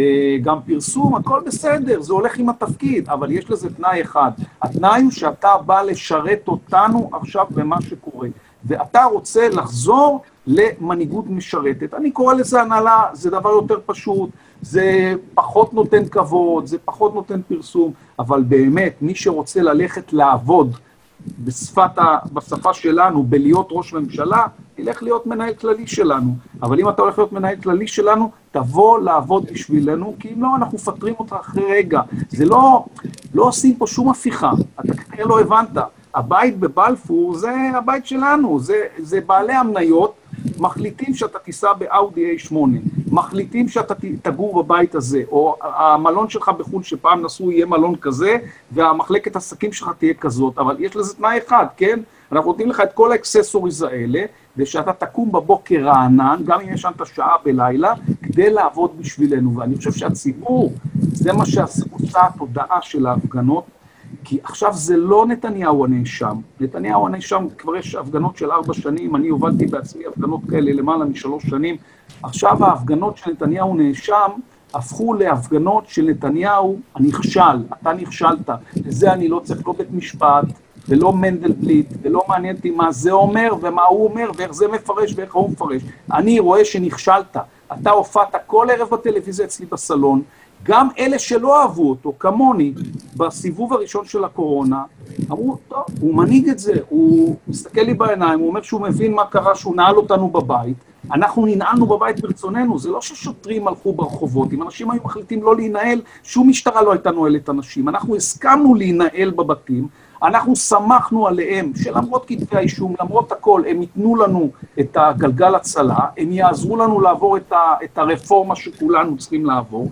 גם פרסום, הכל בסדר, זה הולך עם התפקיד, אבל יש לזה תנאי אחד. התנאי הוא שאתה בא לשרת אותנו עכשיו במה שקורה, ואתה רוצה לחזור למנהיגות משרתת. אני קורא לזה הנהלה, זה דבר יותר פשוט, זה פחות נותן כבוד, זה פחות נותן פרסום, אבל באמת, מי שרוצה ללכת לעבוד בשפת ה... בשפה שלנו, בלהיות ראש ממשלה, ילך להיות מנהל כללי שלנו. אבל אם אתה הולך להיות מנהל כללי שלנו, תבוא לעבוד בשבילנו, כי אם לא, אנחנו פטרים אותך אחרי רגע. זה לא, לא עושים פה שום הפיכה. אתה כנראה לא הבנת. הבית בבלפור זה הבית שלנו, זה, זה בעלי המניות, מחליטים שאתה תיסע באאודי איי שמונה, מחליטים שאתה תגור בבית הזה, או המלון שלך בחו"ל שפעם נסעו יהיה מלון כזה, והמחלקת עסקים שלך תהיה כזאת, אבל יש לזה תנאי אחד, כן? אנחנו נותנים לך את כל האקססוריז האלה, ושאתה תקום בבוקר רענן, גם אם יש שם את השעה בלילה, כדי לעבוד בשבילנו, ואני חושב שהציבור, זה מה שעושה התודעה של ההפגנות, כי עכשיו זה לא נתניהו הנאשם, נתניהו הנאשם כבר יש הפגנות של ארבע שנים, אני הובלתי בעצמי הפגנות כאלה למעלה משלוש שנים, עכשיו ההפגנות של נתניהו נאשם הפכו להפגנות של נתניהו הנכשל, אתה נכשלת, לזה אני לא צריך לא בית משפט, ולא מנדלבליט, ולא מעניין אותי מה זה אומר ומה הוא אומר ואיך זה מפרש ואיך הוא מפרש, אני רואה שנכשלת, אתה הופעת כל ערב בטלוויזיה אצלי בסלון, גם אלה שלא אהבו אותו, כמוני, בסיבוב הראשון של הקורונה, אמרו, טוב, הוא מנהיג את זה, הוא מסתכל לי בעיניים, הוא אומר שהוא מבין מה קרה, שהוא נעל אותנו בבית, אנחנו ננעלנו בבית ברצוננו, זה לא ששוטרים הלכו ברחובות, אם אנשים היו מחליטים לא להינעל, שום משטרה לא הייתה נועלת אנשים, אנחנו הסכמנו להינעל בבתים, אנחנו שמחנו עליהם, שלמרות כתבי האישום, למרות הכל, הם ייתנו לנו את הגלגל הצלה, הם יעזרו לנו לעבור את, ה, את הרפורמה שכולנו צריכים לעבור,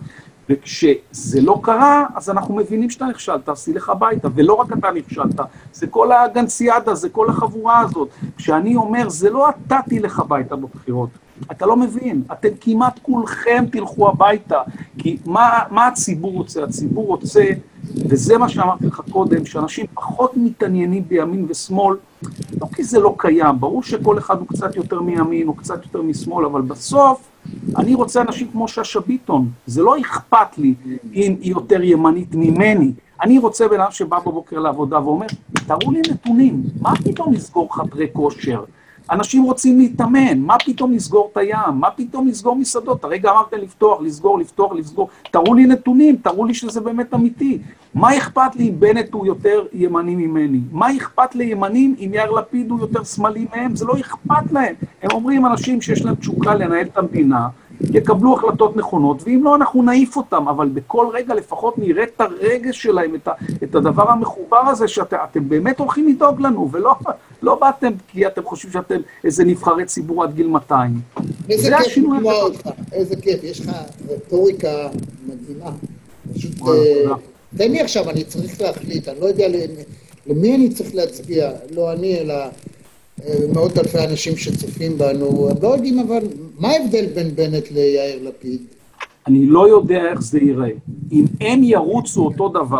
וכשזה לא קרה, אז אנחנו מבינים שאתה נכשלת, עשי לך הביתה, ולא רק אתה נכשלת, זה כל הגנסיאדה, זה כל החבורה הזאת. כשאני אומר, זה לא אתה תלך הביתה בבחירות, אתה לא מבין, אתם כמעט כולכם תלכו הביתה, כי מה, מה הציבור רוצה? הציבור רוצה, וזה מה שאמרתי לך קודם, שאנשים פחות מתעניינים בימין ושמאל, לא כי זה לא קיים, ברור שכל אחד הוא קצת יותר מימין, או קצת יותר משמאל, אבל בסוף, אני רוצה אנשים כמו שאשא ביטון, זה לא אכפת לי אם היא יותר ימנית ממני, אני רוצה בן אדם שבא בבוקר לעבודה ואומר, תראו לי נתונים, מה פתאום לסגור חדרי כושר? אנשים רוצים להתאמן, מה פתאום לסגור את הים? מה פתאום לסגור מסעדות? הרגע אמרתם לפתוח, לסגור, לפתוח, לסגור, תראו לי נתונים, תראו לי שזה באמת אמיתי. מה אכפת לי אם בנט הוא יותר ימני ממני? מה אכפת לימנים אם יאיר לפיד הוא יותר שמאלי מהם? זה לא אכפת להם. הם אומרים אנשים שיש להם תשוקה לנהל את המדינה, יקבלו החלטות נכונות, ואם לא, אנחנו נעיף אותם, אבל בכל רגע לפחות נראה את הרגש שלהם, את, ה, את הדבר המחובר הזה, שאתם באמת הולכים לדאוג לנו, ולא לא באתם כי אתם חושבים שאתם איזה נבחרי ציבור עד גיל מאתיים. איזה כיף לשמוע אותך, איזה כיף, יש לך רטוריקה מדהימה. פשוט, תן לי עכשיו, אני צריך להחליט, אני לא יודע למי אני צריך להצביע, לא אני, אלא מאות אלפי אנשים שצופים בנו, הם לא יודעים, אבל מה ההבדל בין בנט ליאיר לפיד? אני לא יודע איך זה ייראה. אם הם ירוצו אותו דבר,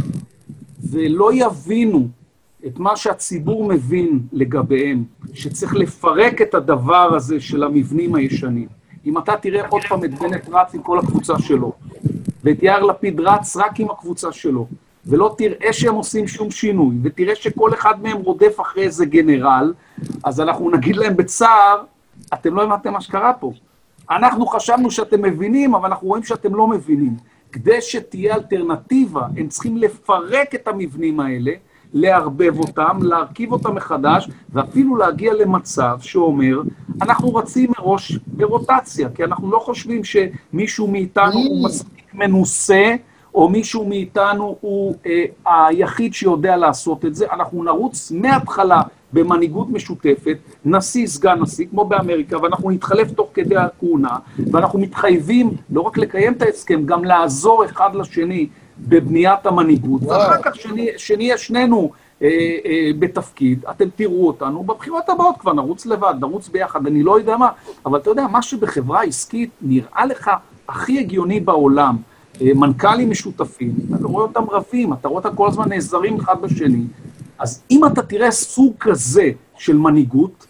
ולא יבינו את מה שהציבור מבין לגביהם, שצריך לפרק את הדבר הזה של המבנים הישנים. אם אתה תראה עוד פעם את בנט רץ עם כל הקבוצה שלו, ואת יאיר לפיד רץ רק עם הקבוצה שלו, ולא תראה שהם עושים שום שינוי, ותראה שכל אחד מהם רודף אחרי איזה גנרל, אז אנחנו נגיד להם בצער, אתם לא הבנתם מה שקרה פה. אנחנו חשבנו שאתם מבינים, אבל אנחנו רואים שאתם לא מבינים. כדי שתהיה אלטרנטיבה, הם צריכים לפרק את המבנים האלה, להרבב אותם, להרכיב אותם מחדש, ואפילו להגיע למצב שאומר, אנחנו רצים מראש ברוטציה, כי אנחנו לא חושבים שמישהו מאיתנו הוא מספיק מנוסה, או מישהו מאיתנו הוא אה, היחיד שיודע לעשות את זה. אנחנו נרוץ מההתחלה במנהיגות משותפת, נשיא, סגן נשיא, כמו באמריקה, ואנחנו נתחלף תוך כדי הכהונה, ואנחנו מתחייבים לא רק לקיים את ההסכם, גם לעזור אחד לשני בבניית המנהיגות, ואחר כך שנהיה שנינו אה, אה, בתפקיד, אתם תראו אותנו, בבחירות הבאות כבר נרוץ לבד, נרוץ ביחד, אני לא יודע מה, אבל אתה יודע, מה שבחברה עסקית נראה לך הכי הגיוני בעולם, מנכ"לים משותפים, אתה רואה אותם רבים, אתה רואה אותם כל הזמן נעזרים אחד בשני, אז אם אתה תראה סוג כזה של מנהיגות,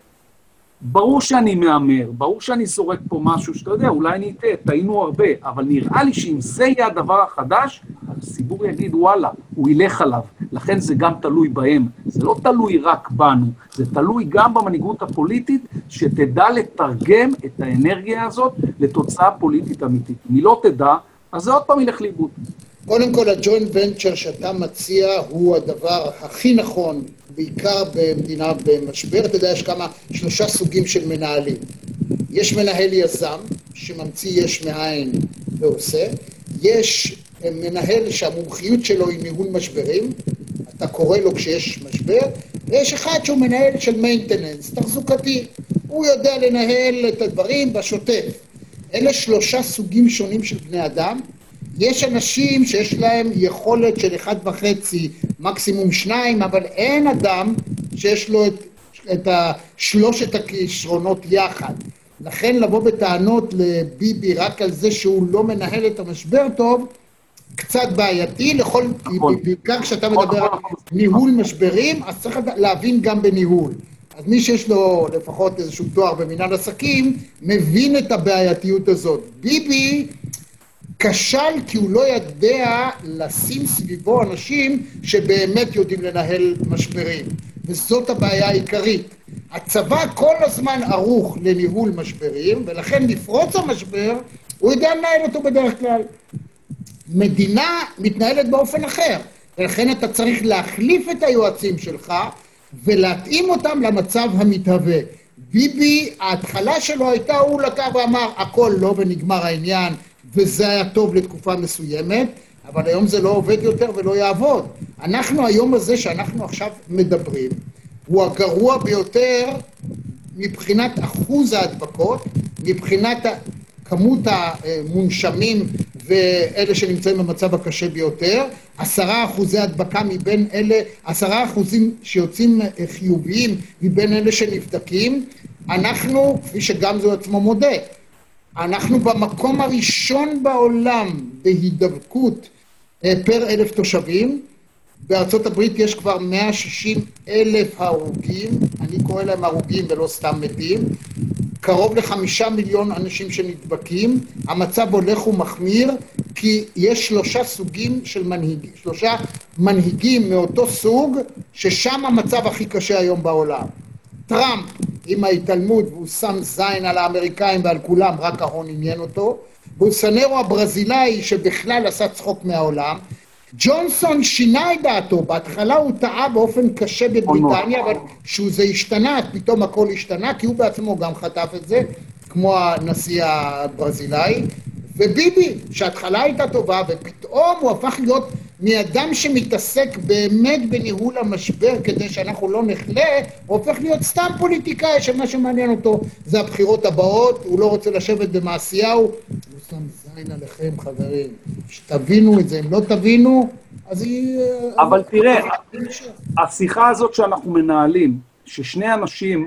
ברור שאני מאמר, ברור שאני זורק פה משהו שאתה יודע, אולי אני אתאה, טעינו הרבה, אבל נראה לי שאם זה יהיה הדבר החדש, הציבור יגיד וואלה, הוא ילך עליו, לכן זה גם תלוי בהם, זה לא תלוי רק בנו, זה תלוי גם במנהיגות הפוליטית, שתדע לתרגם את האנרגיה הזאת לתוצאה פוליטית אמיתית. אם היא לא תדע, אז זה עוד פעם ילך לאיבוד. קודם כל, הג'וינט ונצ'ר שאתה מציע הוא הדבר הכי נכון, בעיקר במדינה במשבר. אתה יודע, יש כמה, שלושה סוגים של מנהלים. יש מנהל יזם, שממציא יש מאין ועושה. יש מנהל שהמומחיות שלו היא ניהול משברים, אתה קורא לו כשיש משבר. ויש אחד שהוא מנהל של מיינטננס, תחזוקתי. הוא יודע לנהל את הדברים בשוטף. אלה שלושה סוגים שונים של בני אדם. יש אנשים שיש להם יכולת של אחד וחצי, מקסימום שניים, אבל אין אדם שיש לו את, את שלושת הכישרונות יחד. לכן לבוא בטענות לביבי רק על זה שהוא לא מנהל את המשבר טוב, קצת בעייתי, לכל, בעיקר כשאתה מדבר על ניהול משברים, אז צריך להבין גם בניהול. אז מי שיש לו לפחות איזשהו תואר במנהל עסקים, מבין את הבעייתיות הזאת. ביבי כשל כי הוא לא יודע לשים סביבו אנשים שבאמת יודעים לנהל משברים. וזאת הבעיה העיקרית. הצבא כל הזמן ערוך לניהול משברים, ולכן לפרוץ המשבר, הוא יודע לנהל אותו בדרך כלל. מדינה מתנהלת באופן אחר, ולכן אתה צריך להחליף את היועצים שלך, ולהתאים אותם למצב המתהווה. ביבי, ההתחלה שלו הייתה, הוא לקח ואמר, הכל לא ונגמר העניין, וזה היה טוב לתקופה מסוימת, אבל היום זה לא עובד יותר ולא יעבוד. אנחנו, היום הזה שאנחנו עכשיו מדברים, הוא הגרוע ביותר מבחינת אחוז ההדבקות, מבחינת כמות המונשמים ואלה שנמצאים במצב הקשה ביותר, עשרה אחוזי הדבקה מבין אלה, עשרה אחוזים שיוצאים חיוביים מבין אלה שנבדקים, אנחנו, כפי שגם זו עצמו מודה, אנחנו במקום הראשון בעולם בהידבקות פר אלף תושבים, בארצות הברית יש כבר מאה ושישים אלף הרוגים, אני קורא להם הרוגים ולא סתם מתים, קרוב לחמישה מיליון אנשים שנדבקים, המצב הולך ומחמיר, כי יש שלושה סוגים של מנהיגים, שלושה מנהיגים מאותו סוג, ששם המצב הכי קשה היום בעולם. טראמפ עם ההתעלמות, והוא שם זין על האמריקאים ועל כולם, רק ההון עניין אותו, בולסונרו הברזילאי שבכלל עשה צחוק מהעולם, ג'ונסון שינה את דעתו, בהתחלה הוא טעה באופן קשה בבריטניה, אבל כשזה השתנה, פתאום הכל השתנה, כי הוא בעצמו גם חטף את זה, כמו הנשיא הברזילאי, וביבי, שההתחלה הייתה טובה, ופתאום הוא הפך להיות מאדם שמתעסק באמת בניהול המשבר כדי שאנחנו לא נחלה, הוא הופך להיות סתם פוליטיקאי שמה שמעניין אותו זה הבחירות הבאות, הוא לא רוצה לשבת במעשיהו, הוא שם זין עליכם חברים, שתבינו את זה, אם לא תבינו, אז היא... אבל תראה, השיחה הזאת שאנחנו מנהלים, ששני אנשים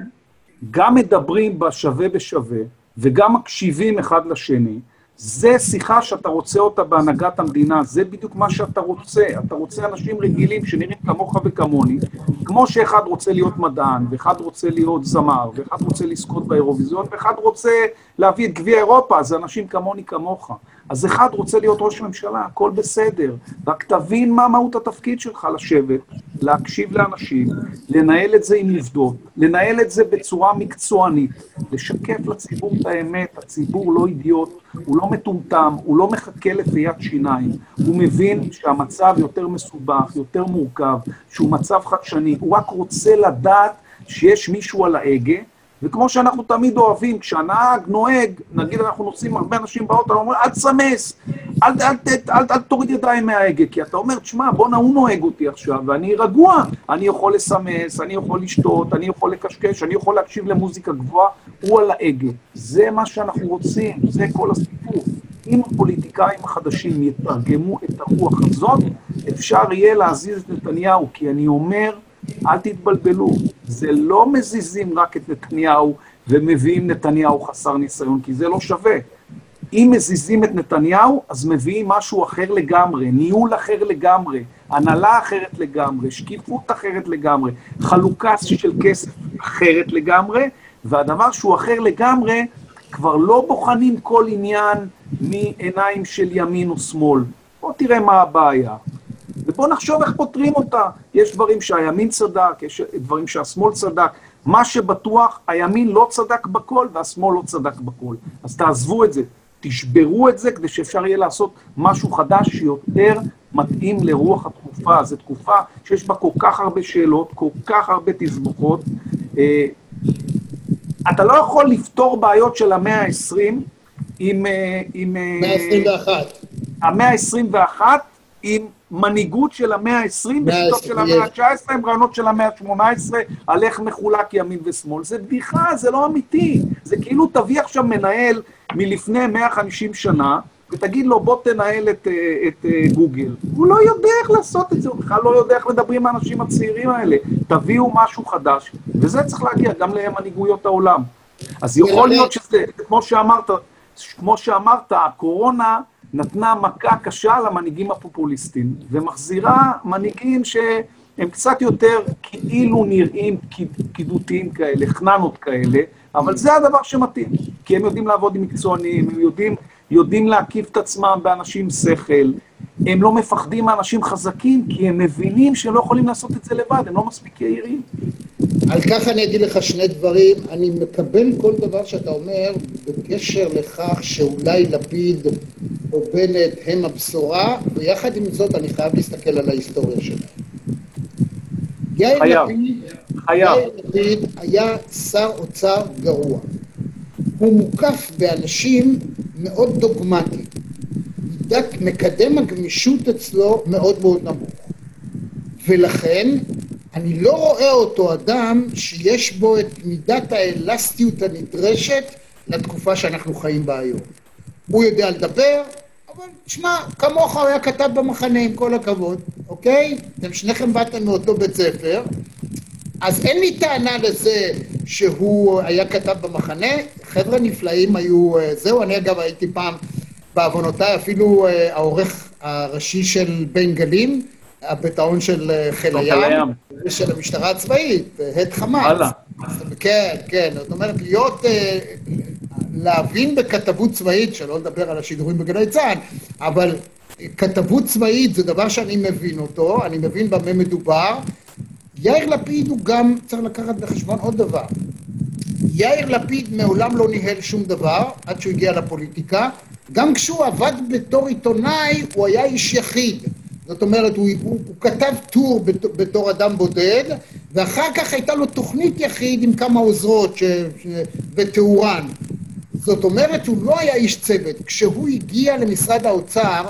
גם מדברים בשווה בשווה, וגם מקשיבים אחד לשני, זה שיחה שאתה רוצה אותה בהנהגת המדינה, זה בדיוק מה שאתה רוצה, אתה רוצה אנשים רגילים שנראים כמוך וכמוני, כמו שאחד רוצה להיות מדען, ואחד רוצה להיות זמר, ואחד רוצה לזכות באירוויזיון, ואחד רוצה להביא את גביע אירופה, זה אנשים כמוני כמוך. אז אחד רוצה להיות ראש ממשלה, הכל בסדר, רק תבין מה מהות התפקיד שלך, לשבת, להקשיב לאנשים, לנהל את זה עם עובדות, לנהל את זה בצורה מקצוענית, לשקף לציבור את האמת, הציבור לא אידיוט, הוא לא מטומטם, הוא לא מחכה לפיית שיניים, הוא מבין שהמצב יותר מסובך, יותר מורכב, שהוא מצב חדשני, הוא רק רוצה לדעת שיש מישהו על ההגה, וכמו שאנחנו תמיד אוהבים, כשהנהג נוהג, נגיד אנחנו נוסעים הרבה אנשים באוטו, אנחנו אומרים, אל תסמס, אל, אל, אל, אל, אל תוריד ידיים מההגה, כי אתה אומר, תשמע, בוא נא, הוא נוהג אותי עכשיו, ואני רגוע, אני יכול לסמס, אני יכול לשתות, אני יכול לקשקש, אני יכול להקשיב למוזיקה גבוהה, הוא על ההגה. זה מה שאנחנו רוצים, זה כל הסיפור. אם הפוליטיקאים החדשים יתרגמו את הרוח הזאת, אפשר יהיה להזיז את נתניהו, כי אני אומר, אל תתבלבלו, זה לא מזיזים רק את נתניהו ומביאים נתניהו חסר ניסיון, כי זה לא שווה. אם מזיזים את נתניהו, אז מביאים משהו אחר לגמרי, ניהול אחר לגמרי, הנהלה אחרת לגמרי, שקיפות אחרת לגמרי, חלוקה של כסף אחרת לגמרי, והדבר שהוא אחר לגמרי, כבר לא בוחנים כל עניין מעיניים של ימין או שמאל. בוא תראה מה הבעיה. ובוא נחשוב איך פותרים אותה. יש דברים שהימין צדק, יש דברים שהשמאל צדק. מה שבטוח, הימין לא צדק בכל והשמאל לא צדק בכל. אז תעזבו את זה, תשברו את זה כדי שאפשר יהיה לעשות משהו חדש שיותר מתאים לרוח התקופה. זו תקופה שיש בה כל כך הרבה שאלות, כל כך הרבה תסבוכות. אתה לא יכול לפתור בעיות של המאה ה-עשרים עם... עם מאה עשרים ואחת. המאה ה-עשרים ואחת עם מנהיגות של המאה ה-עשרים, בשיטות של המאה ה-תשע עשרה, עם רעיונות של המאה ה-שמונה עשרה, על איך מחולק ימין ושמאל. זה בדיחה, זה לא אמיתי. זה כאילו תביא עכשיו מנהל מלפני מאה וחמישים שנה, ותגיד לו בוא תנהל את, את גוגל. הוא לא יודע איך לעשות את זה, הוא בכלל לא יודע איך מדברים האנשים הצעירים האלה. תביאו משהו חדש, וזה צריך להגיע גם למנהיגויות העולם. אז יכול להיות שזה, כמו שאמרת, כמו שאמרת, הקורונה נתנה מכה קשה למנהיגים הפופוליסטים, ומחזירה מנהיגים שהם קצת יותר כאילו נראים פקידותיים כאלה, חננות כאלה, אבל זה הדבר שמתאים, כי הם יודעים לעבוד עם מקצוענים, הם יודעים, יודעים להקיף את עצמם באנשים שכל, הם לא מפחדים מאנשים חזקים, כי הם מבינים שהם לא יכולים לעשות את זה לבד, הם לא מספיק יעירים. על כך אני אגיד לך שני דברים, אני מקבל כל דבר שאתה אומר בקשר לכך שאולי לפיד או בנט הם הבשורה, ויחד עם זאת אני חייב להסתכל על ההיסטוריה שלהם. יאיר לפיד, יאיר לפיד היה שר אוצר גרוע. הוא מוקף באנשים מאוד דוגמטיים. מקדם הגמישות אצלו מאוד מאוד נמוך. ולכן אני לא רואה אותו אדם שיש בו את מידת האלסטיות הנדרשת לתקופה שאנחנו חיים בה היום. הוא יודע לדבר, אבל תשמע, כמוך הוא היה כתב במחנה עם כל הכבוד, אוקיי? אתם שניכם באתם מאותו בית ספר, אז אין לי טענה לזה שהוא היה כתב במחנה, חבר'ה נפלאים היו, זהו, אני אגב הייתי פעם בעוונותיי, אפילו העורך הראשי של בין גלים, הבטאון של חיל הים, של המשטרה הצבאית, הד חמאס. כן, כן, זאת אומרת, להיות, להבין בכתבות צבאית, שלא לדבר על השידורים בגלי צה"ל, אבל כתבות צבאית זה דבר שאני מבין אותו, אני מבין במה מדובר. יאיר לפיד הוא גם צריך לקחת בחשבון עוד דבר. יאיר לפיד מעולם לא ניהל שום דבר, עד שהוא הגיע לפוליטיקה, גם כשהוא עבד בתור עיתונאי, הוא היה איש יחיד. זאת אומרת, הוא, הוא, הוא כתב טור בת, בתור אדם בודד, ואחר כך הייתה לו תוכנית יחיד עם כמה עוזרות ש, ש, בתאורן. זאת אומרת, הוא לא היה איש צוות. כשהוא הגיע למשרד האוצר,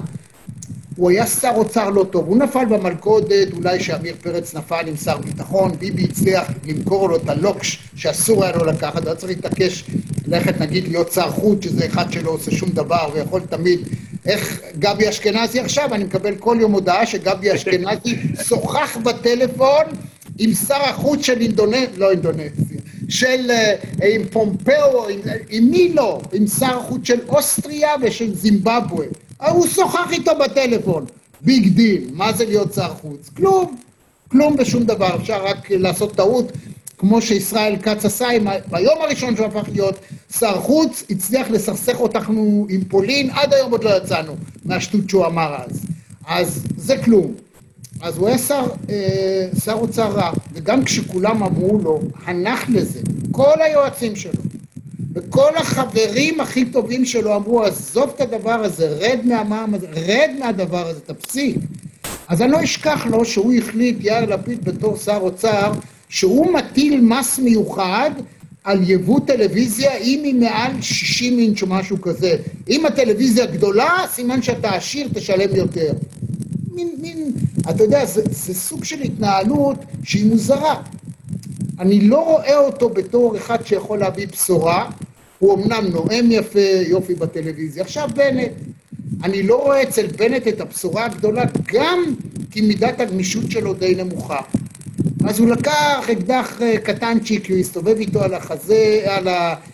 הוא היה שר אוצר לא טוב. הוא נפל במלכודת, אולי שעמיר פרץ נפל עם שר ביטחון, ביבי הצליח למכור לו את הלוקש שאסור היה לו לקחת, היה צריך להתעקש ללכת נגיד להיות שר חוץ, שזה אחד שלא עושה שום דבר, ויכול תמיד, איך גבי אשכנזי עכשיו, אני מקבל כל יום הודעה שגבי אשכנזי שוחח בטלפון עם שר החוץ של אינדונזיה, לא אינדונזיה, של, עם פומפאו, עם, עם מי לא? עם שר החוץ של אוסטריה ושל זימבבואה. הוא שוחח איתו בטלפון. ביג דיל. מה זה להיות שר חוץ? כלום. כלום ושום דבר. אפשר רק לעשות טעות, כמו שישראל כץ עשה, ביום הראשון שהוא הפך להיות שר חוץ, הצליח לסכסך אותנו עם פולין, עד היום עוד לא יצאנו מהשטות שהוא אמר אז. אז זה כלום. אז הוא היה שר, אה, שר אוצר רע, וגם כשכולם אמרו לו, הנח לזה, כל היועצים שלו, וכל החברים הכי טובים שלו אמרו, עזוב את הדבר הזה, רד מהמע"מ הזה, רד מהדבר הזה, תפסיק. אז אני לא אשכח לו שהוא החליט, יאיר לפיד בתור שר אוצר, שהוא מטיל מס מיוחד על יבוא טלוויזיה, אם היא מעל שישים אינץ' או משהו כזה. אם הטלוויזיה גדולה, סימן שאתה עשיר, תשלם יותר. מין, מין, אתה יודע, זה, זה סוג של התנהלות שהיא מוזרה. אני לא רואה אותו בתור אחד שיכול להביא בשורה, הוא אמנם נואם יפה, יופי בטלוויזיה. עכשיו בנט, אני לא רואה אצל בנט את הבשורה הגדולה, גם כי מידת הגמישות שלו די נמוכה. אז הוא לקח אקדח קטנצ'יק, הוא הסתובב איתו על החזה, על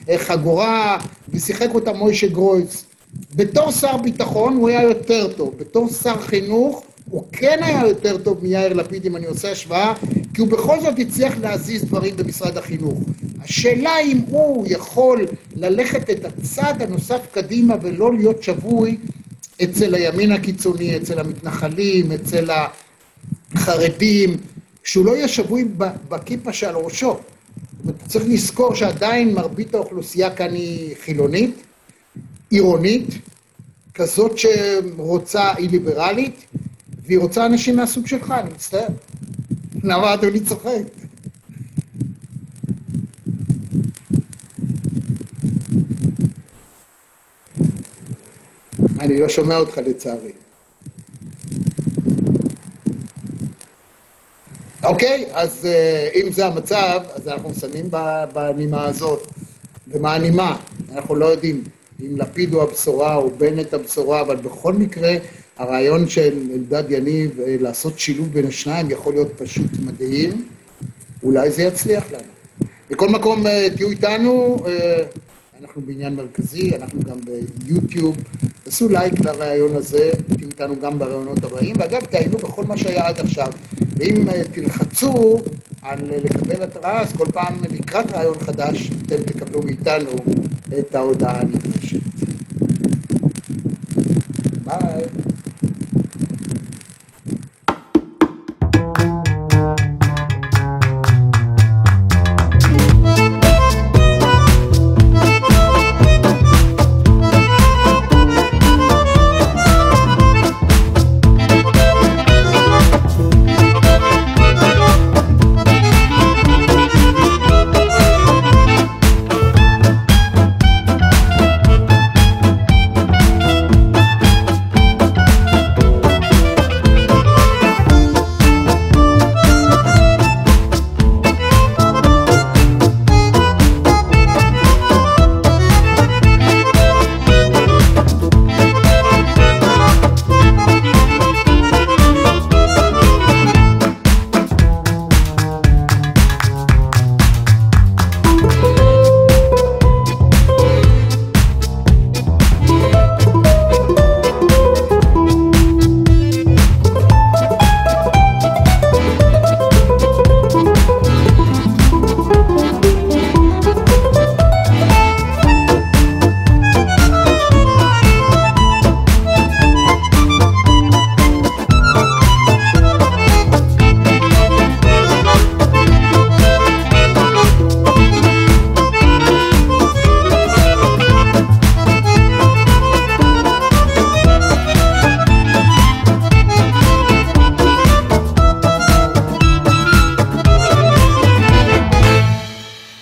החגורה, ושיחק אותה מוישה גרויס. בתור שר ביטחון הוא היה יותר טוב, בתור שר חינוך הוא כן היה יותר טוב מיאיר לפיד, אם אני עושה השוואה, כי הוא בכל זאת הצליח להזיז דברים במשרד החינוך. השאלה אם הוא יכול ללכת את הצד הנוסף קדימה ולא להיות שבוי אצל הימין הקיצוני, אצל המתנחלים, אצל החרדים, שהוא לא יהיה שבוי בכיפה שעל ראשו. צריך לזכור שעדיין מרבית האוכלוסייה כאן היא חילונית, עירונית, כזאת שרוצה, היא ליברלית, והיא רוצה אנשים מהסוג שלך, אני מצטער. למה אדוני צוחק? אני לא שומע אותך לצערי. אוקיי, אז אם זה המצב, אז אנחנו מסיימים בנימה הזאת. ומה הנימה? אנחנו לא יודעים אם לפיד הוא הבשורה או בנט הבשורה, אבל בכל מקרה, הרעיון של אלדד יניב לעשות שילוב בין השניים יכול להיות פשוט מדהים. אולי זה יצליח לנו. בכל מקום תהיו איתנו, אנחנו בעניין מרכזי, אנחנו גם ביוטיוב, תעשו לייק לרעיון הזה, תהיו איתנו גם ברעיונות הבאים, ואגב תעיינו בכל מה שהיה עד עכשיו, ואם תלחצו על לקבל התראה, אז כל פעם לקראת רעיון חדש, אתם תקבלו מאיתנו את ההודעה הנדרשת. ביי.